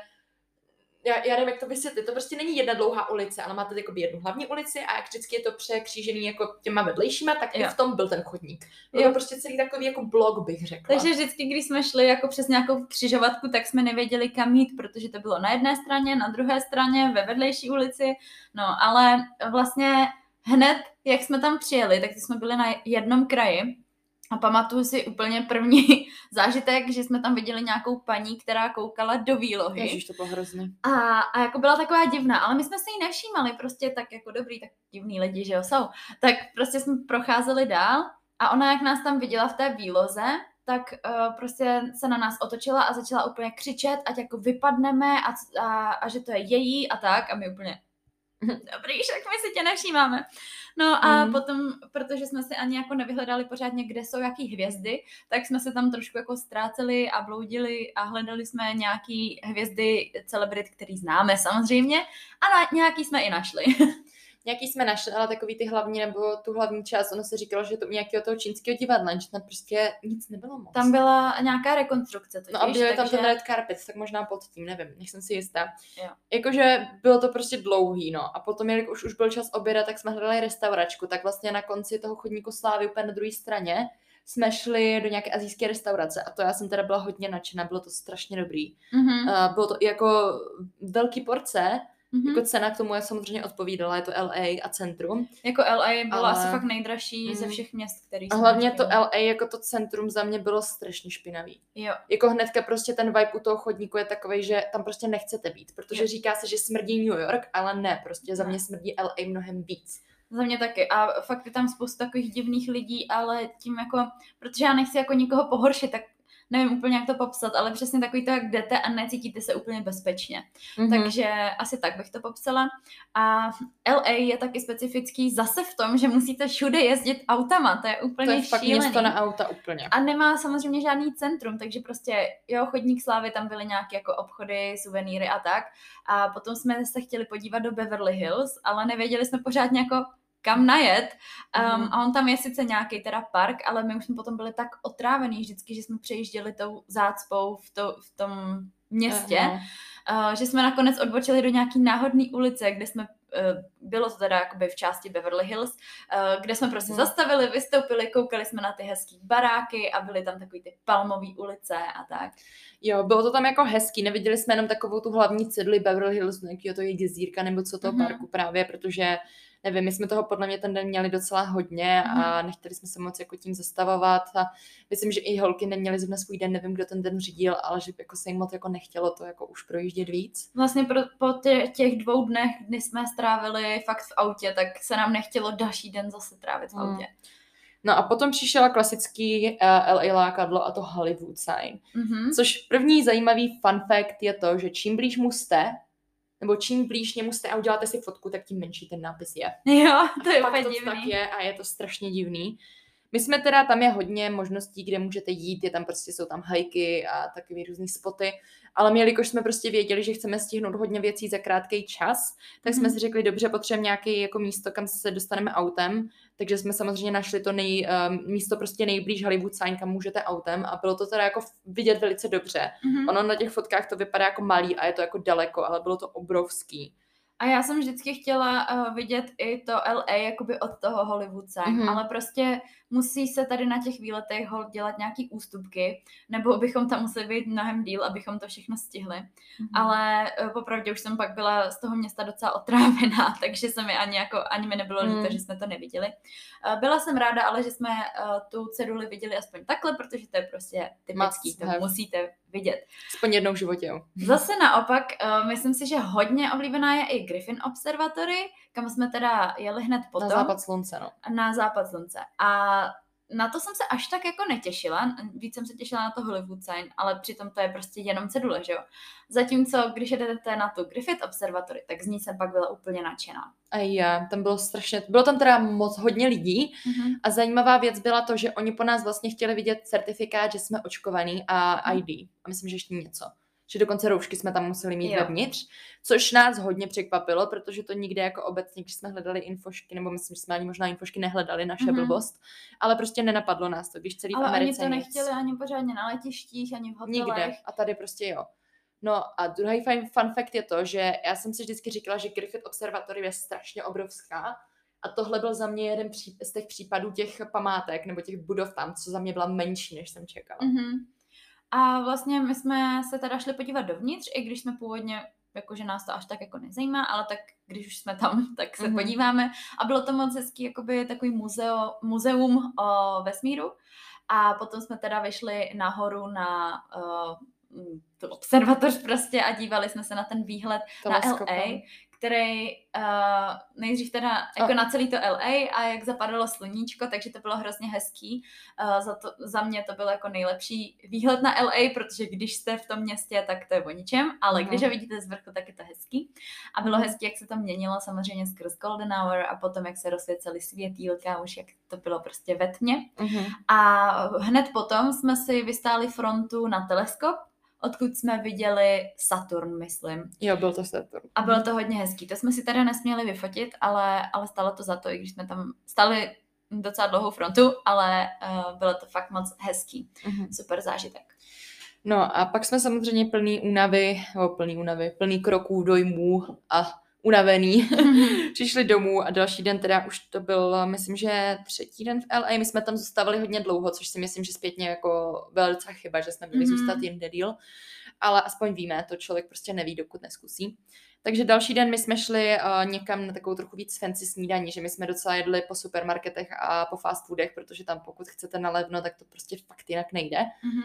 Já nevím, jak to vysvětlit. To prostě není jedna dlouhá ulice, ale máte jako jednu hlavní ulici a jak vždycky je to překřížený jako těma vedlejšíma, tak i v tom byl ten chodník. Byl to prostě celý takový jako blok, bych řekla. Takže vždycky, když jsme šli jako přes nějakou křižovatku, tak jsme nevěděli, kam jít, protože to bylo na jedné straně, na druhé straně, ve vedlejší ulici. No, ale vlastně hned, jak jsme tam přijeli, tak jsme byli na jednom kraji. A pamatuju si úplně první zážitek, že jsme tam viděli nějakou paní, která koukala do výlohy. Ježiš, to bylo hrozný. A jako byla taková divná, ale my jsme se jí nevšímali, prostě tak jako dobrý, tak divný lidi, že jo, jsou. Tak prostě jsme procházeli dál a ona, jak nás tam viděla v té výloze, tak prostě se na nás otočila a začala úplně křičet, ať jako vypadneme a že to je její a tak a my úplně... Dobrý, však my si tě nevšímáme. No a potom, protože jsme si ani jako nevyhledali pořádně, kde jsou jaký hvězdy, tak jsme se tam trošku jako ztráceli a bloudili a hledali jsme nějaký hvězdy celebrit, který známe samozřejmě a nějaký jsme i našli. Nějaký jsme našli, ale takový ty hlavní, nebo tu hlavní část, ono se říkalo, že to u nějakého toho čínského divadla, že tam prostě nic nebylo moc. Tam byla nějaká rekonstrukce totiž. No a byl tam ten red carpet, tak možná pod tím, nevím, nejsem si jistá. Jakože bylo to prostě dlouhý, no. A potom, jelikož už byl čas oběda, tak jsme hledali restauračku, tak vlastně na konci toho chodníku slávy úplně na druhé straně jsme šli do nějaké asijské restaurace a to já jsem teda byla hodně nadšená, bylo to strašně dobrý. Bylo to i jako velký porce, jako cena k tomu je samozřejmě odpovídala, je to LA a centrum. Jako LA bylo asi fakt nejdražší ze všech měst, který jsem. A hlavně to LA, jako to centrum za mě bylo strašně špinavý. Jo. Jako hnedka prostě ten vibe u toho chodníku je takovej, že tam prostě nechcete být, protože říká se, že smrdí New York, ale ne, prostě za mě smrdí LA mnohem víc. Za mě taky. A fakt je tam spoustu takových divných lidí, ale tím jako, protože já nechci jako nikoho pohoršit, tak nevím úplně, jak to popsat, ale přesně takový to, jak jdete a necítíte se úplně bezpečně. Takže asi tak bych to popsala. A LA je taky specifický zase v tom, že musíte všude jezdit autama, to je úplně šílený. To je fakt město na auta úplně. A nemá samozřejmě žádný centrum, takže prostě chodník slávy, tam byly nějaké jako obchody, suvenýry a tak. A potom jsme se chtěli podívat do Beverly Hills, ale nevěděli jsme pořádně jako kam najet. A on tam je sice nějaký teda park, ale my už jsme potom byli tak otrávený vždycky, že jsme přejížděli tou zácpou v tom městě, že jsme nakonec odbočili do nějaký náhodný ulice, kde jsme, bylo to teda jakoby v části Beverly Hills, kde jsme prostě zastavili, vystoupili, koukali jsme na ty hezký baráky a byly tam takový ty palmový ulice a tak. Jo, bylo to tam jako hezký, neviděli jsme jenom takovou tu hlavní ceduli Beverly Hills, nějakého to jezírka nebo co toho parku právě, protože nevím, my jsme toho podle mě ten den měli docela hodně a nechtěli jsme se moc jako tím zastavovat a myslím, že i holky neměly zrovna svůj den, nevím, kdo ten den řídil, ale že jako se jim moc jako nechtělo to jako už projíždět víc. Vlastně po těch 2 dnech, kdy jsme strávili fakt v autě, tak se nám nechtělo další den zase trávit v autě. No a potom přišel klasický LA lákadlo a to Hollywood sign. Což první zajímavý fun fact je to, že čím blíž mu jste, nebo čím blíž němu jste a uděláte si fotku, tak tím menší ten nápis je. Jo, to je úplně divný. Tak je a je to strašně divný. My jsme teda, tam je hodně možností, kde můžete jít, je tam prostě, jsou tam hajky a takový různý spoty, ale my, jelikož jsme prostě věděli, že chceme stihnout hodně věcí za krátký čas, tak jsme si řekli, dobře, potřebujeme nějaké jako místo, kam se dostaneme autem, takže jsme samozřejmě našli to místo prostě nejblíž Hollywood sign, kam můžete autem a bylo to teda jako vidět velice dobře. Ono na těch fotkách to vypadá jako malý a je to jako daleko, ale bylo to obrovský. A já jsem vždycky chtěla vidět i to LA jakoby od toho Hollywood sign, ale prostě musí se tady na těch výletech hold dělat nějaký ústupky, nebo bychom tam museli být mnohem díl, abychom to všechno stihli. Ale popravdě už jsem pak byla z toho města docela otrávená, takže se mi ani mi nebylo líto, že jsme to neviděli. Byla jsem ráda, ale že jsme tu ceduli viděli aspoň takhle, protože to je prostě typický, to musíte vidět. Aspoň jednou v životě, jo. Zase naopak, myslím si, že hodně oblíbená je i Griffin Observatory, kam jsme teda jeli hned potom. Na západ slunce, no. Na západ slunce. A na to jsem se až tak jako netěšila, víc jsem se těšila na to Hollywood Sign, ale přitom to je prostě jenom cedule, že jo. Zatímco, když jdete na tu Griffith Observatory, tak z ní jsem pak byla úplně nadšená. A já, tam bylo tam teda hodně lidí a zajímavá věc byla to, že oni po nás vlastně chtěli vidět certifikát, že jsme očkovaný a ID. A myslím, že ještě něco. Že dokonce roušky jsme tam museli mít vevnitř, což nás hodně překvapilo, protože to nikde jako obecně, když jsme hledali infošky, nebo myslím, že jsme ani možná infošky nehledali, naše blbost, ale prostě nenapadlo nás to, když celý v Americe ale oni to nechtěli ani pořádně na letištích, ani v hotelech. Nikde. A tady prostě jo. No a druhý fun fact je to, že já jsem si vždycky říkala, že Griffith Observatory je strašně obrovská a tohle byl za mě jeden z těch případů těch památek nebo těch budov tam, co za mě byla menší, než jsem čekala. A vlastně my jsme se teda šli podívat dovnitř, i když jsme původně, jakože nás to až tak jako nezajímá, ale tak když už jsme tam, tak se podíváme. A bylo to moc hezký, jakoby takový muzeum o vesmíru. A potom jsme teda vyšli nahoru na tu observatoř prostě a dívali jsme se na ten výhled na LA, který nejdřív teda jako na celý to LA a jak zapadalo sluníčko, takže to bylo hrozně hezký. Za mě to byl jako nejlepší výhled na LA, protože když jste v tom městě, tak to je o ničem, ale když ho vidíte z vrchu, tak je to hezký. A bylo hezký, jak se to měnilo samozřejmě skrz Golden Hour a potom, jak se rozsvěcely světýlka, už jak to bylo prostě ve tmě. A hned potom jsme si vystáli frontu na teleskop, odkud jsme viděli Saturn, myslím. Jo, byl to Saturn. A bylo to hodně hezký. To jsme si teda nesměli vyfotit, ale stálo to za to, i když jsme tam stáli docela dlouhou frontu, ale bylo to fakt moc hezký. Super zážitek. No a pak jsme samozřejmě plný kroků, dojmů a unavený. Přišli domů a další den teda už to byl, myslím, že 3. den v LA. My jsme tam zůstávali hodně dlouho, což si myslím, že zpětně jako byla docela chyba, že jsme měli zůstat jinde díl. Ale aspoň víme, to člověk prostě neví, dokud neskusí. Takže další den my jsme šli někam na takovou trochu víc fancy snídaní, že my jsme docela jedli po supermarketech a po fast foodech, protože tam pokud chcete na levno, tak to prostě fakt jinak nejde.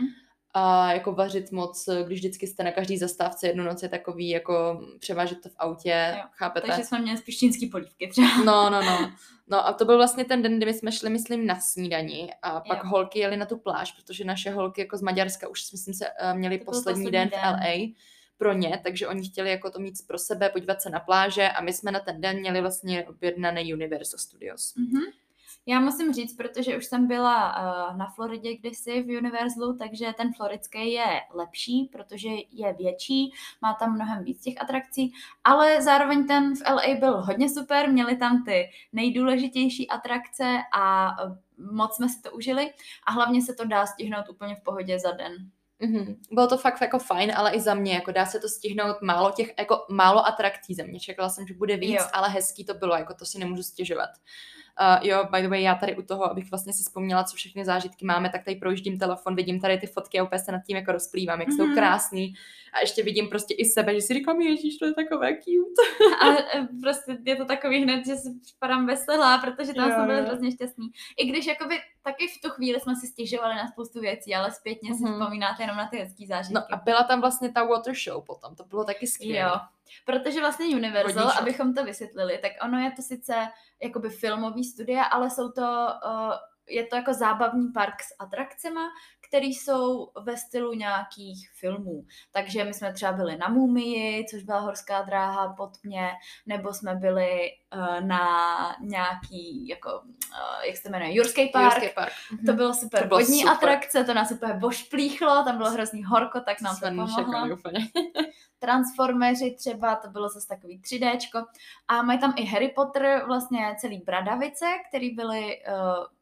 A jako vařit moc, když vždycky jste na každý zastávce jednu noc je takový, jako převážet to v autě, chápete? Takže jsme měli spíš čínský polívky třeba. No a to byl vlastně ten den, kdy my jsme šli, myslím, na snídani a pak holky jeli na tu pláž, protože naše holky jako z Maďarska už, myslím se, měli poslední den v LA pro ně, takže oni chtěli jako to mít pro sebe, podívat se na pláže a my jsme na ten den měli vlastně objednaný Universal Studios. Já musím říct, protože už jsem byla na Floridě kdysi v Universalu, takže ten floridský je lepší, protože je větší, má tam mnohem víc těch atrakcí, ale zároveň ten v LA byl hodně super, měli tam ty nejdůležitější atrakce a moc jsme si to užili a hlavně se to dá stihnout úplně v pohodě za den. Bylo to fakt jako fajn, ale i za mě, jako dá se to stihnout málo atrakcí za mě. Čekala jsem, že bude víc, ale hezký to bylo, jako to si nemůžu stěžovat. By the way, já tady u toho, abych vlastně si vzpomněla, co všechny zážitky máme, tak tady projíždím telefon, vidím tady ty fotky a úplně se nad tím jako rozplývám, jak jsou krásný. A ještě vidím prostě i sebe, že si říkám, ježíš, to je takové cute. A prostě je to takový hned, že si připadám veselá, protože tam jsme byli hrozně šťastní. I když jakoby taky v tu chvíli jsme si stěžovali na spoustu věcí, ale zpětně si vzpomínáte jenom na ty hezký zážitky. No a byla tam vlastně ta water show potom, to bylo taky skvělé. Jo, protože vlastně Universal, abychom to vysvětlili, tak ono je to sice jakoby filmový studia, ale je to jako zábavní park s atrakcema, které jsou ve stylu nějakých filmů. Takže my jsme třeba byli na Mumii, což byla horská dráha po tmě, nebo jsme byli na nějaký, jako, jak se to jmenuje, Jurský park. To bylo super. Vodní atrakce, to nás úplně bošplíchlo, tam bylo hrozný horko, tak nám to pomohlo. Transformeři třeba, to bylo zase takový 3Dčko. A mají tam i Harry Potter, vlastně celý bradavice, který byly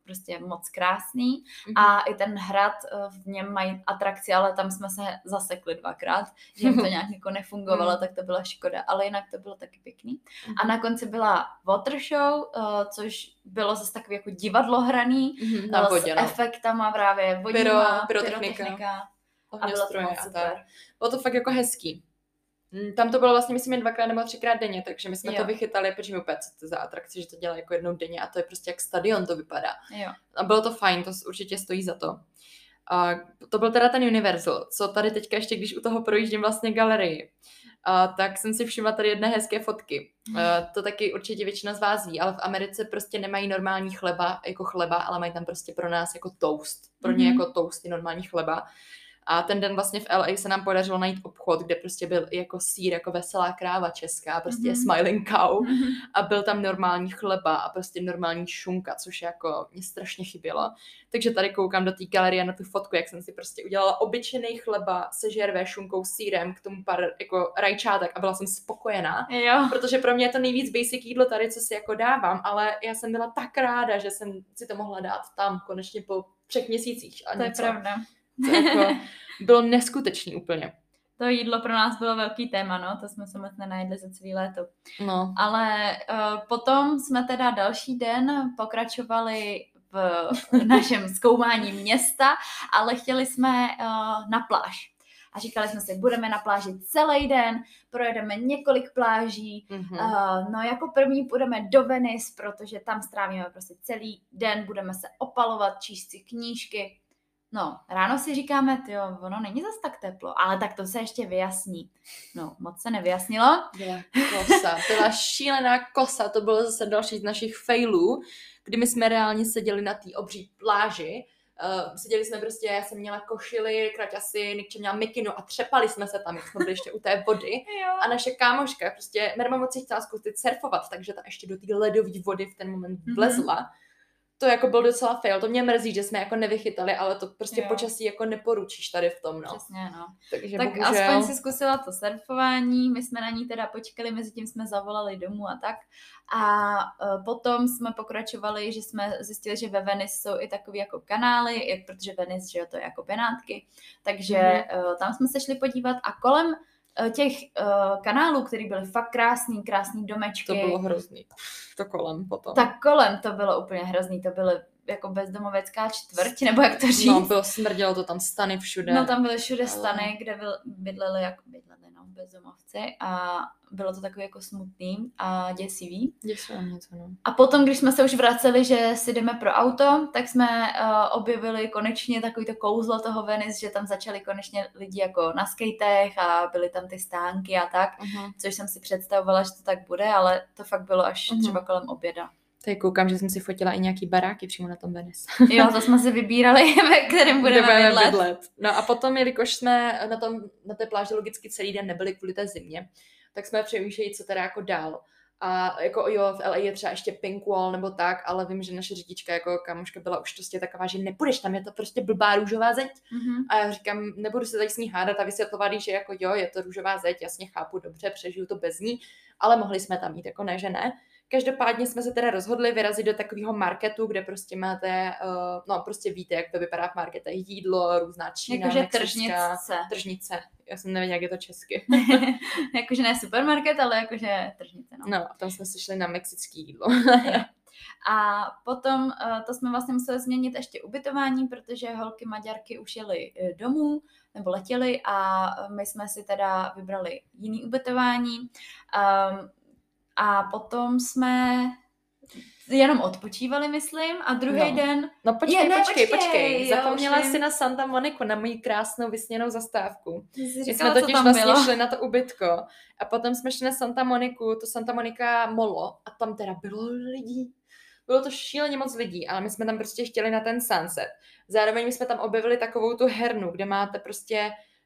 prostě moc krásný a i ten hrad, v něm mají atrakci, ale tam jsme se zasekli 2krát, že jim to nějak jako nefungovalo, tak to byla škoda, ale jinak to bylo taky pěkný. A na konci byla water show, což bylo zase takový jako divadlo hraný, na vodě, s efektama právě, vodníma, pyrotechnika. A bylo to moc super. Bylo to fakt jako hezký. Tam to bylo vlastně, myslím, jen 2krát nebo 3krát denně, takže my jsme to vychytali, protože mi úplně co to za atrakci, že to dělá jako jednou denně a to je prostě jak stadion to vypadá. Jo. A bylo to fajn, to určitě stojí za to. A to byl teda ten Universal, co tady teďka ještě, když u toho projíždím vlastně galerii, tak jsem si všimla tady jedné hezké fotky. To taky určitě většina z vás ví, ale v Americe prostě nemají normální chleba, jako chleba, ale mají tam prostě pro nás jako toast. Pro ně jako toast je normální chleba. A ten den vlastně v LA se nám podařilo najít obchod, kde prostě byl jako sýr, jako veselá kráva česká, prostě smiling cow a byl tam normální chleba a prostě normální šunka, což jako mě strašně chybělo. Takže tady koukám do té galerie na tu fotku, jak jsem si prostě udělala obyčejný chleba se žervé šunkou, sýrem, k tomu pár jako rajčátek a byla jsem spokojená, protože pro mě je to nejvíc basic jídlo tady, co si jako dávám, ale já jsem byla tak ráda, že jsem si to mohla dát tam konečně po 3 měsících. A to je pravda. To jako bylo neskutečný úplně. To jídlo pro nás bylo velký téma, no, to jsme se moc nenajedli za celý léto. No. Ale potom jsme teda další den pokračovali v našem zkoumání města, ale chtěli jsme na pláž. A říkali jsme si, budeme na pláži celý den, projedeme několik pláží, no jako první půjdeme do Venice, protože tam strávíme prostě celý den, budeme se opalovat, číst si knížky. No, ráno si říkáme, tyjo, ono není zas tak teplo, ale tak to se ještě vyjasní. No, moc se nevyjasnilo. Byla šílená kosa, to bylo zase další z našich failů, kdy my jsme reálně seděli na té obří pláži, seděli jsme prostě, já jsem měla košily, kraťasy, Nikča měla mikinu a třepali jsme se tam, jak jsme byli ještě u té vody. A naše kámoška prostě mermamoci chtěla zkusit surfovat, takže ta ještě do té ledové vody v ten moment vlezla. To jako byl docela fail, to mě mrzí, že jsme jako nevychytali, ale to prostě počasí jako neporučíš tady v tom, no. Přesně, no. Takže tak bohužel... aspoň si zkusila to surfování, my jsme na ní teda počkali, mezi tím jsme zavolali domů a tak. A potom jsme pokračovali, že jsme zjistili, že ve Venice jsou i takový jako kanály, protože Venice, že jo, to je jako Benátky, takže tam jsme se šli podívat a kolem těch kanálů, které byly fakt krásný domečky. To bylo hrozný. To kolem potom. Tak kolem to bylo úplně hrozný, to byly jako bezdomovecká čtvrť, nebo jak to říct? No, smrdělo to tam stany všude. No, tam byly všude stany, kde bydleli bezdomovci a bylo to takový jako smutný a děsivý. Něco, no. A potom, když jsme se už vraceli, že si jdeme pro auto, tak jsme objevili konečně takový to kouzlo toho Venice, že tam začali konečně lidi jako na skatech a byly tam ty stánky a tak, což jsem si představovala, že to tak bude, ale to fakt bylo až třeba kolem oběda. Tady koukám, že jsem si fotila i nějaký baráky přímo na tom Venice. Jo, to jsme si vybírali, ve kterém budeme bydlet. No a potom, jelikož jsme na té pláži logicky celý den nebyli kvůli té zimě, tak jsme přemýšleli, co teda jako dál. A jako jo, v LA je třeba ještě pink wall nebo tak, ale vím, že naše řidička jako kamoška byla už prostě taková, že nepůjdeš, tam je to prostě blbá růžová zeď. A já říkám, nebudu se tady s ní hádat a vysvětlovat, že jako jo, je to růžová zeď, jasně chápu, dobře, přežiju to bez ní, ale mohli jsme tam jít, jako ne, že ne. Každopádně jsme se teda rozhodli vyrazit do takového marketu, kde prostě máte, no prostě víte, jak to vypadá v marketech, jídlo, různá Čína, jakože tržnice. Já jsem nevěděla, jak je to česky. Jakože ne supermarket, ale jakože tržnice, no. No, a tam jsme se šli na mexický jídlo. A potom to jsme vlastně museli změnit ještě ubytování, protože holky Maďarky už jeli domů, nebo letěly a my jsme si teda vybrali jiný ubytování. A potom jsme jenom odpočívali, myslím, a druhý den... No počkej. Zapomněla jsi na Santa Moniku, na moji krásnou vysněnou zastávku. My jsme totiž vlastně šli na to ubytko a potom jsme šli na Santa Moniku, to Santa Monica Molo a tam teda bylo lidí. Bylo to šíleně moc lidí, ale my jsme tam prostě chtěli na ten sunset. Zároveň my jsme tam objevili takovou tu hernu, kde máte prostě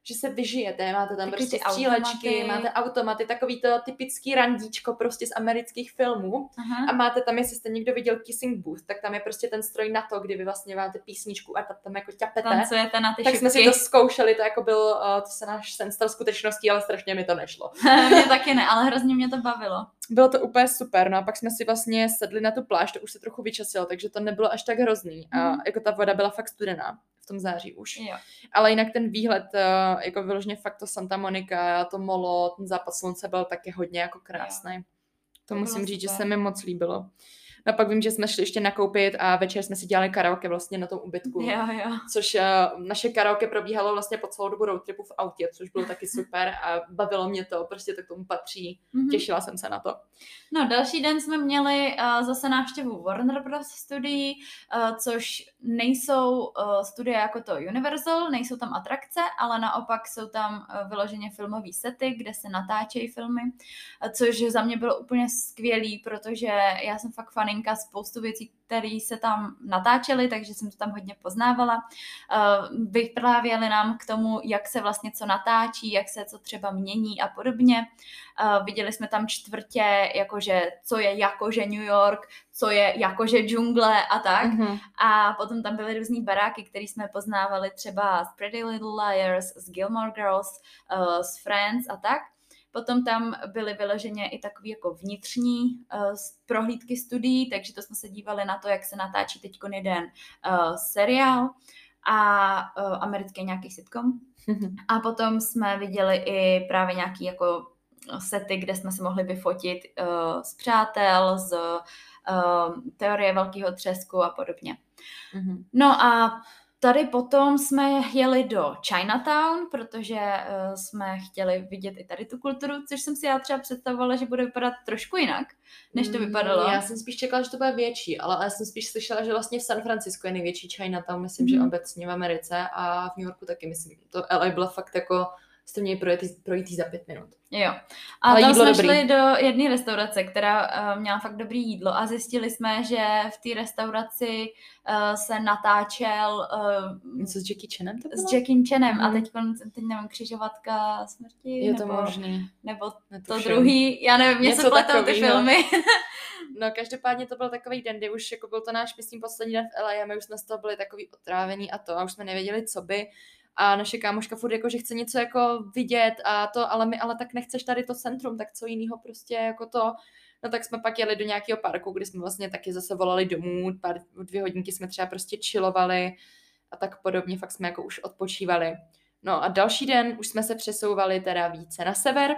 že se vyžijete, máte tam Taky prostě ty střílečky, automaty. máte automaty, takový to typický randíčko prostě z amerických filmů. Aha. A máte tam, jestli jste někdo viděl Kissing Booth, tak tam je prostě ten stroj na to, kdy vy vlastně máte písničku a tam jako ťapete. Tancujete na ty Tak šipky. jsme si to zkoušeli, to jako byl, to se náš sen stal skutečností, ale strašně mi to nešlo. Mě taky ne, ale hrozně mě to bavilo. Bylo to úplně super, no a pak jsme si vlastně sedli na tu pláž, to už se trochu vyčasilo, takže to nebylo až tak hrozný. A jako ta voda byla fakt studená v tom září už. Jo. Ale jinak ten výhled, jako vyloženě fakt to Santa Monica, to molo, ten západ slunce byl taky hodně jako krásný. Jo. To musím říct, že super. se mi moc líbilo. No a pak vím, že jsme šli ještě nakoupit a večer jsme si dělali karaoke vlastně na tom ubytku. Jo. Což naše karaoke probíhalo vlastně po celou dobu roadtripu v autě, což bylo taky super a bavilo mě to, prostě to k tomu patří. Těšila jsem se na to. No, další den jsme měli zase návštěvu Warner Bros. Studií, což nejsou studie jako to Universal, nejsou tam atrakce, ale naopak jsou tam vyloženě filmové sety, kde se natáčejí filmy, což za mě bylo úplně skvělý, protože já jsem fakt faninka spoustu věcí, které se tam natáčely, takže jsem to tam hodně poznávala. Vyprávěli nám k tomu, jak se vlastně co natáčí, jak se co třeba mění a podobně. Viděli jsme tam čtvrtě, jakože co je jakože New York, co je jakože džungle a tak. A potom tam byly různý baráky, které jsme poznávali třeba z Pretty Little Liars, z Gilmore Girls, z Friends a tak. Potom tam byly vyloženě i takový jako vnitřní prohlídky studií, takže to jsme se dívali na to, jak se natáčí teď jeden seriál a americký nějaký sitcom. A potom jsme viděli i právě nějaký jako sety, kde jsme se mohli vyfotit z přátel, z teorie velkého třesku a podobně. No a tady potom jsme jeli do Chinatown, protože jsme chtěli vidět i tady tu kulturu, což jsem si já třeba představovala, že bude vypadat trošku jinak, než to vypadalo. Já jsem spíš čekala, že to bude větší, ale já jsem spíš slyšela, že vlastně v San Francisco je největší Chinatown, myslím, že obecně v Americe a v New Yorku taky, myslím. To LA bylo fakt jako, jste měli projít za 5 minut. Jo. A ale tam jsme dobrý. šli do jedné restaurace, která měla fakt dobrý jídlo a zjistili jsme, že v té restauraci se natáčel něco s Jackie Chanem to bylo? S Jackie Chanem a teď nevím, křižovatka smrti? Je to možný. Nebo to druhý, já nevím, něco pletou ty filmy. No každopádně to byl takový den, kdy už jako byl to náš, myslím, poslední den v LA a my už jsme z toho byli takový otrávení a to a už jsme nevěděli, co by. A naše kámoška furt jako, že chce něco jako vidět a to, ale my ale tak nechceš tady to centrum, tak co jinýho prostě jako to. No tak jsme pak jeli do nějakého parku, kdy jsme vlastně taky zase volali domů, 2 hodinky jsme třeba prostě chillovali a tak podobně, fakt jsme jako už odpočívali. No a další den už jsme se přesouvali teda více na sever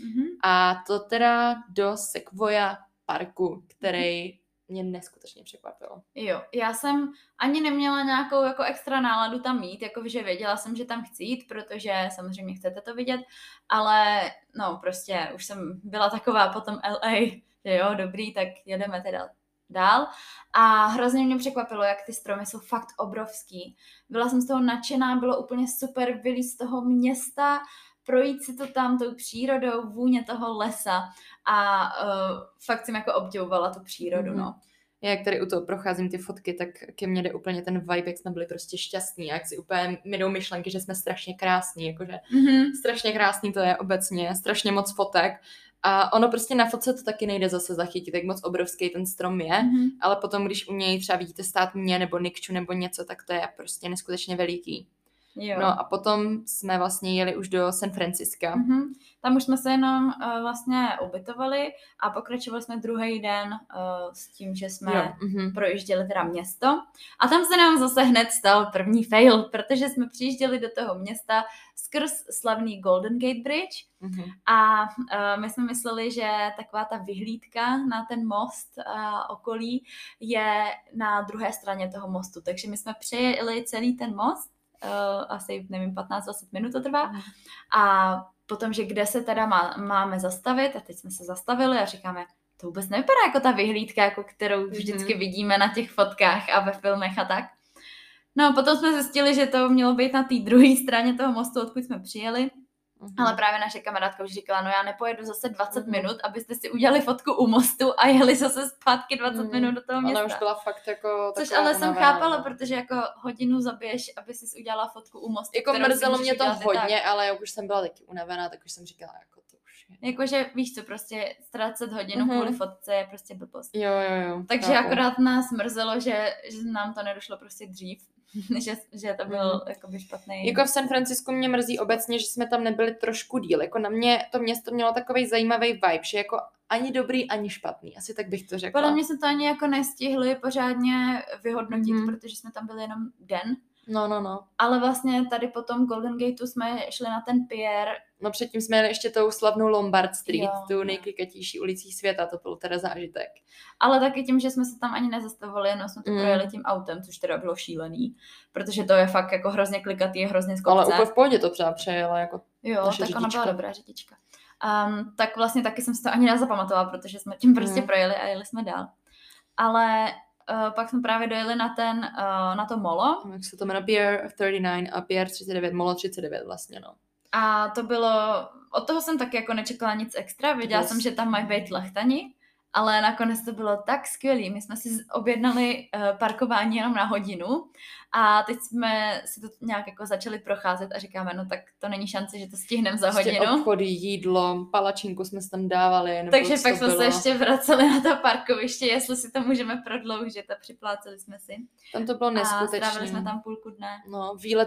a to teda do Sequoia parku, který mě neskutečně překvapilo. Jo, já jsem ani neměla nějakou jako extra náladu tam jít, jakože věděla jsem, že tam chci jít, protože samozřejmě chcete to vidět, ale no prostě už jsem byla taková potom LA, že jo, dobrý, tak jedeme teda dál. A hrozně mě překvapilo, jak ty stromy jsou fakt obrovský. Byla jsem z toho nadšená, bylo úplně super vylít z toho města, projít si to tam tou přírodou, vůně toho lesa a fakt jsem jako obdivovala tu přírodu, no. Já jak tady u toho procházím ty fotky, tak ke mně jde úplně ten vibe, jak jsme byli prostě šťastní, jak si úplně minou myšlenky, že jsme strašně krásní, jakože strašně krásný to je obecně, strašně moc fotek a ono prostě na fotce to taky nejde zase zachytit, jak moc obrovský ten strom je, ale potom, když u něj třeba vidíte stát mě nebo Nikču nebo něco, tak to je prostě neskutečně veliký. Jo. No a potom jsme vlastně jeli už do San Francisca. Tam už jsme se jenom vlastně ubytovali a pokračovali jsme druhý den s tím, že jsme projížděli teda město. A tam se nám zase hned stal první fail, protože jsme přijížděli do toho města skrz slavný Golden Gate Bridge a my jsme mysleli, že taková ta vyhlídka na ten most a okolí je na druhé straně toho mostu. Takže my jsme přejeli celý ten most, asi, nevím, 15-20 minut to trvá. A potom, že kde se teda máme zastavit, a teď jsme se zastavili a říkáme, to vůbec nevypadá jako ta vyhlídka, jako kterou vždycky vidíme na těch fotkách a ve filmech a tak. No a potom jsme zjistili, že to mělo být na té druhé straně toho mostu, odkud jsme přijeli. Ale právě naše kamarádka už říkala, no já nepojedu zase 20 minut, abyste si udělali fotku u mostu a jeli zase zpátky 20 minut do toho města. Ona už byla fakt jako což ale jsem chápala, protože jako hodinu zabiješ, aby si udělala fotku u mostu. Jako mrzelo mě to hodně, ale jak už jsem byla taky unavená, tak už jsem říkala, jako to už je. Jakože víš co, prostě ztrácet hodinu kvůli fotce je prostě blbost. Jo. Takže chápu. Akorát nás mrzelo, že nám to nedošlo prostě dřív. že to byl jakoby špatný. Jako v San Francisku mě mrzí obecně, že jsme tam nebyli trošku díl. Jako na mě to město mělo takový zajímavý vibe, že jako ani dobrý, ani špatný. Asi tak bych to řekla. Podle mě se to ani jako nestihli pořádně vyhodnotit, protože jsme tam byli jenom den. No. Ale vlastně tady po tom Golden Gateu jsme šli na ten pier. No předtím jsme jeli ještě tou slavnou Lombard Street, tu nejklikatější ulicí světa, to byl teda zážitek. Ale taky tím, že jsme se tam ani nezastavovali, jenom jsme to projeli tím autem, což teda bylo šílený, protože to je fakt jako hrozně klikatý, je hrozně z kopce. Ale úplně v pohodě to třeba přejela jako jo, tak řidička. Ona byla dobrá řidička. Tak vlastně taky jsem si to ani nezapamatovala, protože jsme tím prostě projeli a jeli jsme dál. Ale pak jsme právě dojeli na to molo. Jak se to jmenuje Pier 39 a Pier 39, molo 39 vlastně, no. A to bylo, od toho jsem taky jako nečekala nic extra, věděla jsem, že tam mají být lachtani, ale nakonec to bylo tak skvělý. My jsme si objednali parkování jenom na hodinu a teď jsme si to nějak jako začali procházet a říkáme, no tak to není šance, že to stihneme za hodinu. Obchody, jídlo, palačinku jsme tam dávali. Takže pak jsme se ještě vraceli na to parkoviště, jestli si to můžeme prodloužit a připláceli jsme si. Tam to bylo neskutečné. A strávili jsme tam půlku dne. No, výhled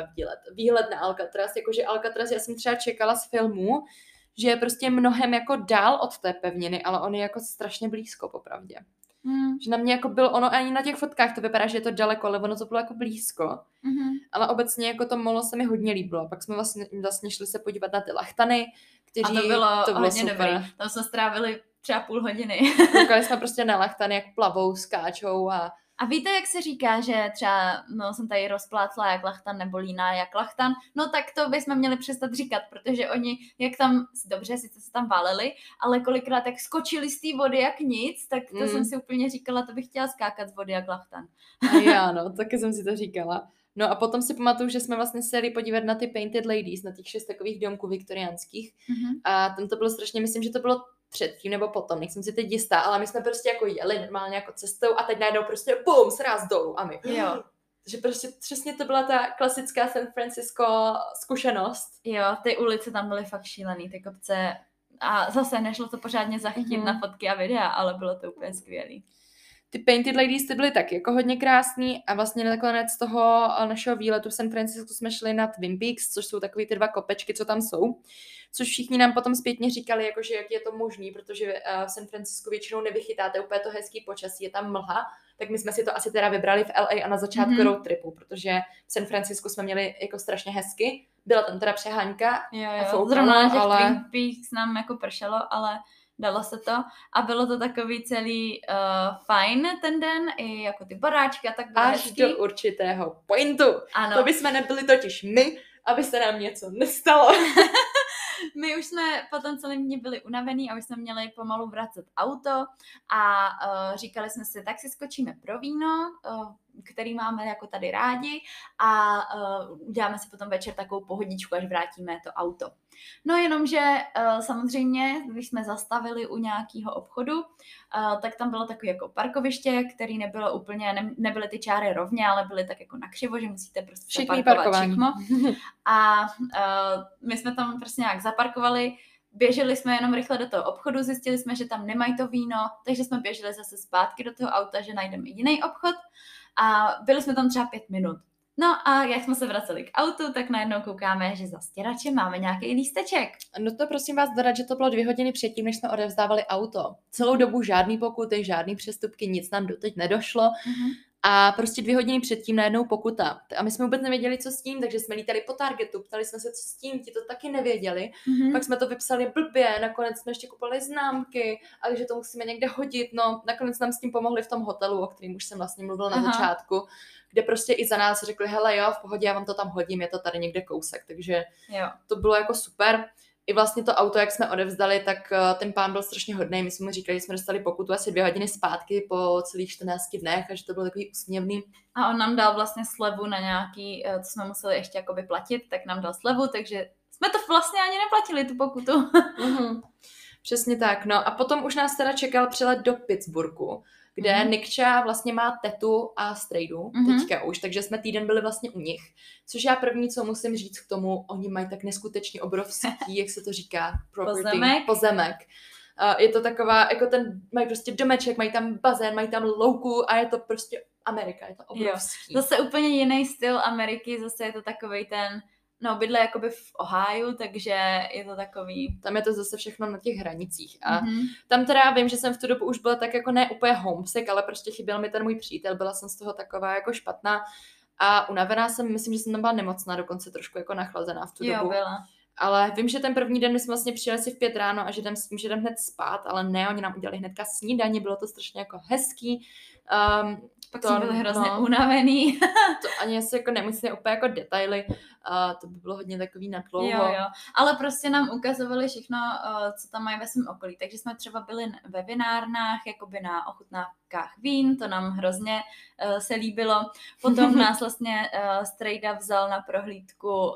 na Alcatraz, jakože Alcatraz, já jsem třeba čekala z filmu, že je prostě mnohem jako dál od té pevniny, ale on je jako strašně blízko, popravdě. Že na mě jako bylo, ono ani na těch fotkách to vypadá, že je to daleko, ale ono to bylo jako blízko. Ale obecně jako to molo se mi hodně líbilo. Pak jsme vlastně šli se podívat na ty lachtany, kteří... A to bylo hodně super. Dobrý. Tam jsme strávili třeba půl hodiny. Koukali jsme prostě na lachtany, jak plavou, skáčou A víte, jak se říká, že třeba, no jsem tady rozplátla jak lachtan nebo líná jak lachtan, no tak to bychom měli přestat říkat, protože oni, jak tam, dobře, sice se tam váleli, ale kolikrát jak skočili z té vody jak nic, tak to jsem si úplně říkala, to bych chtěla skákat z vody jak lachtan. A já, no, taky jsem si to říkala. No a potom si pamatuju, že jsme vlastně se jeli podívat na ty Painted Ladies, na těch 6 takových domků viktoriánských. A tam to bylo strašně, myslím, že to bylo předtím nebo potom, nejsem si teď jistá, ale my jsme prostě jako jeli normálně jako cestou a teď najednou prostě bum, sráz dolů a my. Jo. Že prostě přesně to byla ta klasická San Francisco zkušenost. Jo, ty ulice tam byly fakt šílený, ty kopce a zase nešlo to pořádně zachytit na fotky a videa, ale bylo to úplně skvělý. Ty Painted Ladies ty byly taky jako hodně krásný a vlastně nakonec toho našeho výletu v San Francisco jsme šli na Twin Peaks, což jsou takový ty 2 kopečky, co tam jsou. Což všichni nám potom zpětně říkali, jakože jak je to možný, protože v San Francisco většinou nevychytáte úplně to hezký počasí, je tam mlha, tak my jsme si to asi teda vybrali v LA a na začátku road tripu, protože v San Francisco jsme měli jako strašně hezky, byla tam teda přeháňka a foukalo, zrovna na těch Twin Peaks nám jako pršelo, ale dalo se to a bylo to takový celý fajn ten den, i jako ty baráčky a tak bylo až hezký. Do určitého pointu. Ano. To bychom nebyli totiž my, aby se nám něco nestalo. My už jsme potom celý dní byli unavený a už jsme měli pomalu vracet auto a říkali jsme si, tak si skočíme pro víno, který máme jako tady rádi a uděláme si potom večer takovou pohodičku, až vrátíme to auto. No jenomže samozřejmě, když jsme zastavili u nějakého obchodu, tak tam bylo takové jako parkoviště, který nebylo úplně, nebyly ty čáry rovně, ale byly tak jako nakřivo, že musíte prostě zaparkovat všechno. A my jsme tam prostě nějak zaparkovali, běželi jsme jenom rychle do toho obchodu, zjistili jsme, že tam nemají to víno, takže jsme běželi zase zpátky do toho auta, že najdeme jiný obchod a byli jsme tam třeba 5 minut. No a jak jsme se vraceli k autu, tak najednou koukáme, že za stěračem máme nějaký lísteček. No to prosím vás dodat, že to bylo 2 hodiny předtím, než jsme odevzdávali auto. Celou dobu žádný pokuty, žádný přestupky, nic nám doteď nedošlo. A prostě 2 hodiny předtím najednou pokuta. A my jsme vůbec nevěděli, co s tím, takže jsme lítali po Targetu, ptali jsme se, co s tím, ti to taky nevěděli. Pak jsme to vypsali blbě, nakonec jsme ještě kupovali známky, ale že to musíme někde hodit. No, nakonec nám s tím pomohli v tom hotelu, o kterém už jsem vlastně mluvila na začátku, kde prostě i za nás řekli, hele jo, v pohodě, já vám to tam hodím, je to tady někde kousek. Takže to bylo jako super. I vlastně to auto, jak jsme odevzdali, tak ten pán byl strašně hodný. My jsme mu říkali, že jsme dostali pokutu asi 2 hodiny zpátky po celých 14 dnech a že to bylo takový úsměvný. A on nám dal vlastně slevu na nějaký, co jsme museli ještě jakoby platit, tak nám dal slevu, takže jsme to vlastně ani neplatili, tu pokutu. Mm-hmm. Přesně tak, no a potom už nás teda čekal přelet do Pittsburghu, kde Nikča vlastně má tetu a strejdu, teďka už, takže jsme týden byli vlastně u nich, což já první, co musím říct k tomu, oni mají tak neskutečně obrovský, jak se to říká, pozemek. Je to taková, jako mají prostě domeček, mají tam bazén, mají tam louku a je to prostě Amerika, je to obrovský. Jo. Zase úplně jiný styl Ameriky, zase je to takovej ten, bydle jakoby v Ohiu, takže je to takový... Tam je to zase všechno na těch hranicích a tam teda vím, že jsem v tu dobu už byla tak jako ne úplně homesick, ale prostě chyběl mi ten můj přítel, byla jsem z toho taková jako špatná a unavená jsem, myslím, že jsem tam byla nemocná, dokonce trošku jako nachlazená v tu dobu. Byla. Ale vím, že ten první den my jsme vlastně přijeli si v 5 ráno a že jdem s tím, že jdem hned spát, ale ne, oni nám udělali hnedka snídaně, bylo to strašně jako hezký. Pak jsme byli hrozně unavený. To ani asi jako nemusíme úplně jako detaily, to by bylo hodně takový nadlouho. Jo, ale prostě nám ukazovali všechno, co tam mají ve svém okolí, takže jsme třeba byli ve vinárnách, jakoby na ochutnávkách vín, to nám hrozně se líbilo. Potom nás vlastně strejda vzal na prohlídku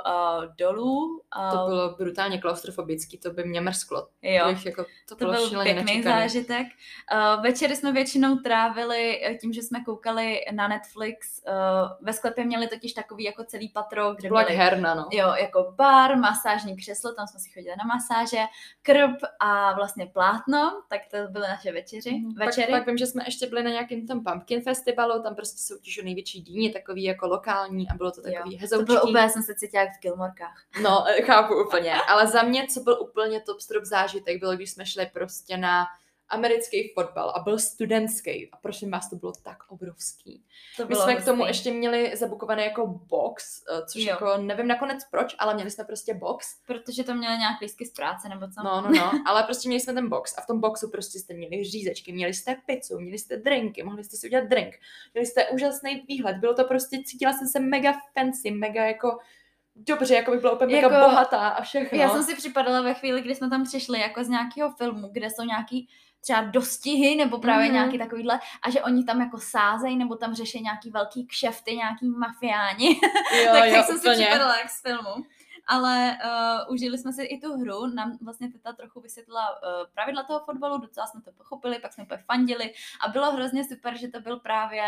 dolů. To bylo brutálně klaustrofobický, to by mě mrsklo. Jo, to byl pěkný zážitek. Večery jsme většinou trávili tím, že jsme koukali na Netflix. Ve sklepě měli totiž takový jako celý patro, kde byly herna, no. Jo, jako bar, masážní křeslo, tam jsme si chodili na masáže, krb a vlastně plátno, tak to byly naše večery. Pak vím, že jsme ještě byli na nějakém tom pumpkin festivalu, tam prostě soutěží největší dýně, takový jako lokální a bylo to takový hezoučký. To bylo úplně, jsem se cítila jak v Gilmorkách. No, chápu úplně, ale za mě, co byl úplně top strop zážitek, bylo, když jsme šli prostě na americký fotbal a byl studentský a prosím vás, to bylo tak obrovský. My jsme k tomu ještě měli zabukovaný jako box, což jako nevím nakonec proč, ale měli jsme prostě box. Protože to měli nějak lístky z práce nebo co? No, ale prostě měli jsme ten box a v tom boxu prostě jste měli řízečky, měli jste pizzu, měli jste drinky, mohli jste si udělat drink, měli jste úžasný výhled, bylo to prostě, cítila jsem se mega fancy, mega jako dobře, jako by byla úplně mega bohatá a všechno. Já jsem si připadala ve chvíli, kdy jsme tam přišli jako z nějakého filmu, kde jsou nějaký třeba dostihy nebo právě nějaký takovýhle a že oni tam jako sázejí nebo tam řeší nějaký velký kšefty, nějaký mafiáni. Tak jsem si připadala jak z filmu. Ale užili jsme si i tu hru, nám vlastně teta trochu vysvětlila pravidla toho fotbalu, docela jsme to pochopili, pak jsme úplně fandili a bylo hrozně super, že to byl právě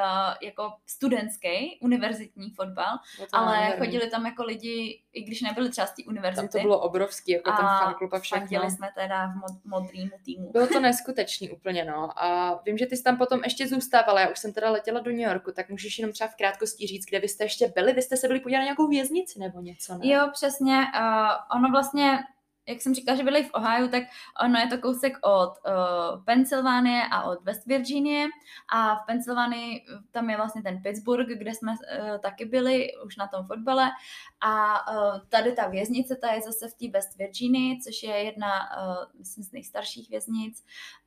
jako studentský, univerzitní fotbal, ale chodili tam jako lidi, i když nebyli třeba z té univerzity. Tam to bylo obrovský, jako ten fanklub a všechno. Fandili jsme teda v modrýmu týmu. Bylo to neskutečný úplně, no. A vím, že ty jsi tam potom ještě zůstávala, já už jsem teda letěla do New Yorku, tak můžeš jenom třeba v krátkosti říct, kde vy jste ještě byli? Vy jste se byli podívat na nějakou věznici nebo něco, ne? Jo, přesně. Ono vlastně, jak jsem říkala, že byli v Ohiu, tak ono je to kousek od Pensylvánie a od West Virginie a v Pensylvánii tam je vlastně ten Pittsburgh, kde jsme taky byli už na tom fotbale a tady ta věznice, ta je zase v té West Virginii, což je jedna, myslím, z nejstarších věznic.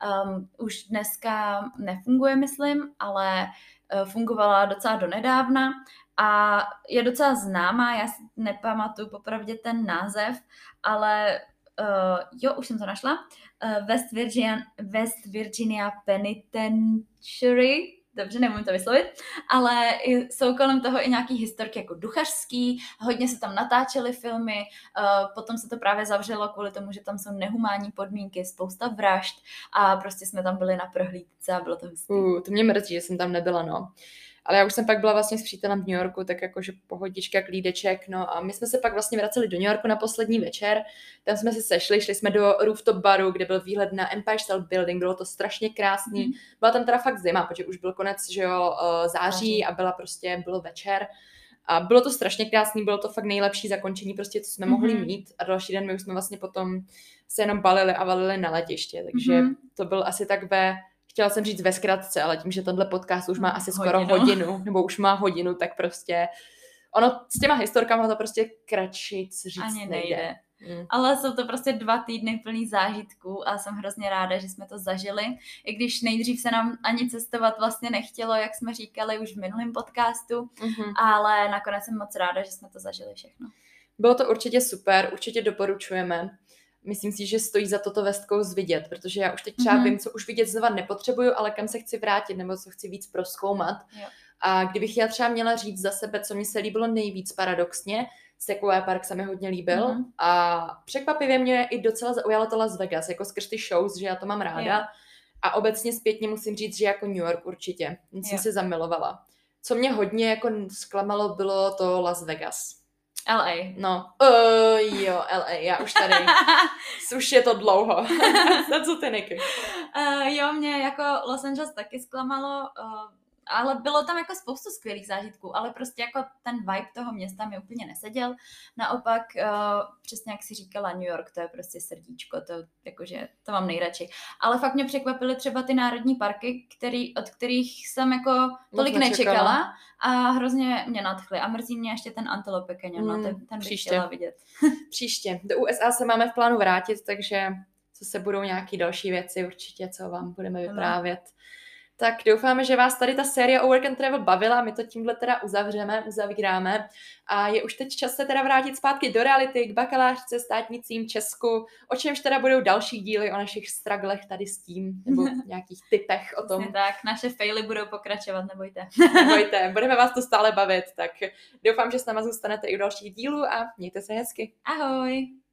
Už dneska nefunguje, myslím, ale fungovala docela donedávna a je docela známá, já si nepamatuju popravdě ten název, ale už jsem to našla. West Virginia Penitentiary, dobře, nemůžu to vyslovit, ale jsou kolem toho i nějaký historky jako duchařský, hodně se tam natáčely filmy, potom se to právě zavřelo kvůli tomu, že tam jsou nehumánní podmínky, spousta vražd a prostě jsme tam byli na prohlídce a bylo to hustý. To mě mrzí, že jsem tam nebyla, no. Ale já už jsem pak byla vlastně s přítelem v New Yorku, tak jakože pohodička, klídeček, no a my jsme se pak vlastně vraceli do New Yorku na poslední večer, tam jsme si sešli, šli jsme do rooftop baru, kde byl výhled na Empire State Building, bylo to strašně krásný, byla tam teda fakt zima, protože už byl konec, že jo, září a bylo večer a bylo to strašně krásný, bylo to fakt nejlepší zakončení prostě, co jsme mohli mít a další den my už jsme vlastně potom se jenom balili a valili na letiště, takže to byl asi tak chtěla jsem říct ve zkratce, ale tím, že tenhle podcast už má asi skoro hodinu, nebo už má hodinu, tak prostě ono s těma historkama to prostě kratší říct ani nejde. Ale jsou to prostě 2 týdny plný zážitků a jsem hrozně ráda, že jsme to zažili. I když nejdřív se nám ani cestovat vlastně nechtělo, jak jsme říkali už v minulém podcastu, ale nakonec jsem moc ráda, že jsme to zažili všechno. Bylo to určitě super, určitě doporučujeme. Myslím si, že stojí za toto West Coast vidět, protože já už teď třeba vím, co už vidět znova nepotřebuju, ale kam se chci vrátit, nebo co chci víc prozkoumat. Jo. A kdybych já třeba měla říct za sebe, co mi se líbilo nejvíc paradoxně, Sequoia Park se mi hodně líbil a překvapivě mě i docela zaujalo to Las Vegas, jako skrz ty shows, že já to mám ráda. Jo. A obecně zpětně musím říct, že jako New York určitě. Jsem se zamilovala. Co mě hodně jako zklamalo, bylo to Las Vegas. LA. No, jo, LA, já už tady, už je to dlouho. Co ty, Niky? Jo, mě jako Los Angeles taky zklamalo, ale bylo tam jako spoustu skvělých zážitků, ale prostě jako ten vibe toho města mi úplně neseděl. Naopak, přesně jak si říkala, New York, to je prostě srdíčko, to, jakože, to mám nejradši. Ale fakt mě překvapily třeba ty národní parky, od kterých jsem jako tolik nečekala a hrozně mě nadchly. A mrzí mě ještě ten Antelope Canyon, ten bych chtěla vidět. Příště. Do USA se máme v plánu vrátit, takže zase budou nějaké další věci určitě, co vám budeme vyprávět. Tak doufáme, že vás tady ta série o Work and Travel bavila, my to tímhle teda uzavíráme a je už teď čas se teda vrátit zpátky do reality, k bakalářce, státnicím, Česku, o čemž teda budou další díly o našich strugglech tady s tím, nebo nějakých tipech o tom. Tak, naše faily budou pokračovat, nebojte. Nebojte, budeme vás to stále bavit, tak doufám, že s náma zůstanete i u dalších dílů a mějte se hezky. Ahoj!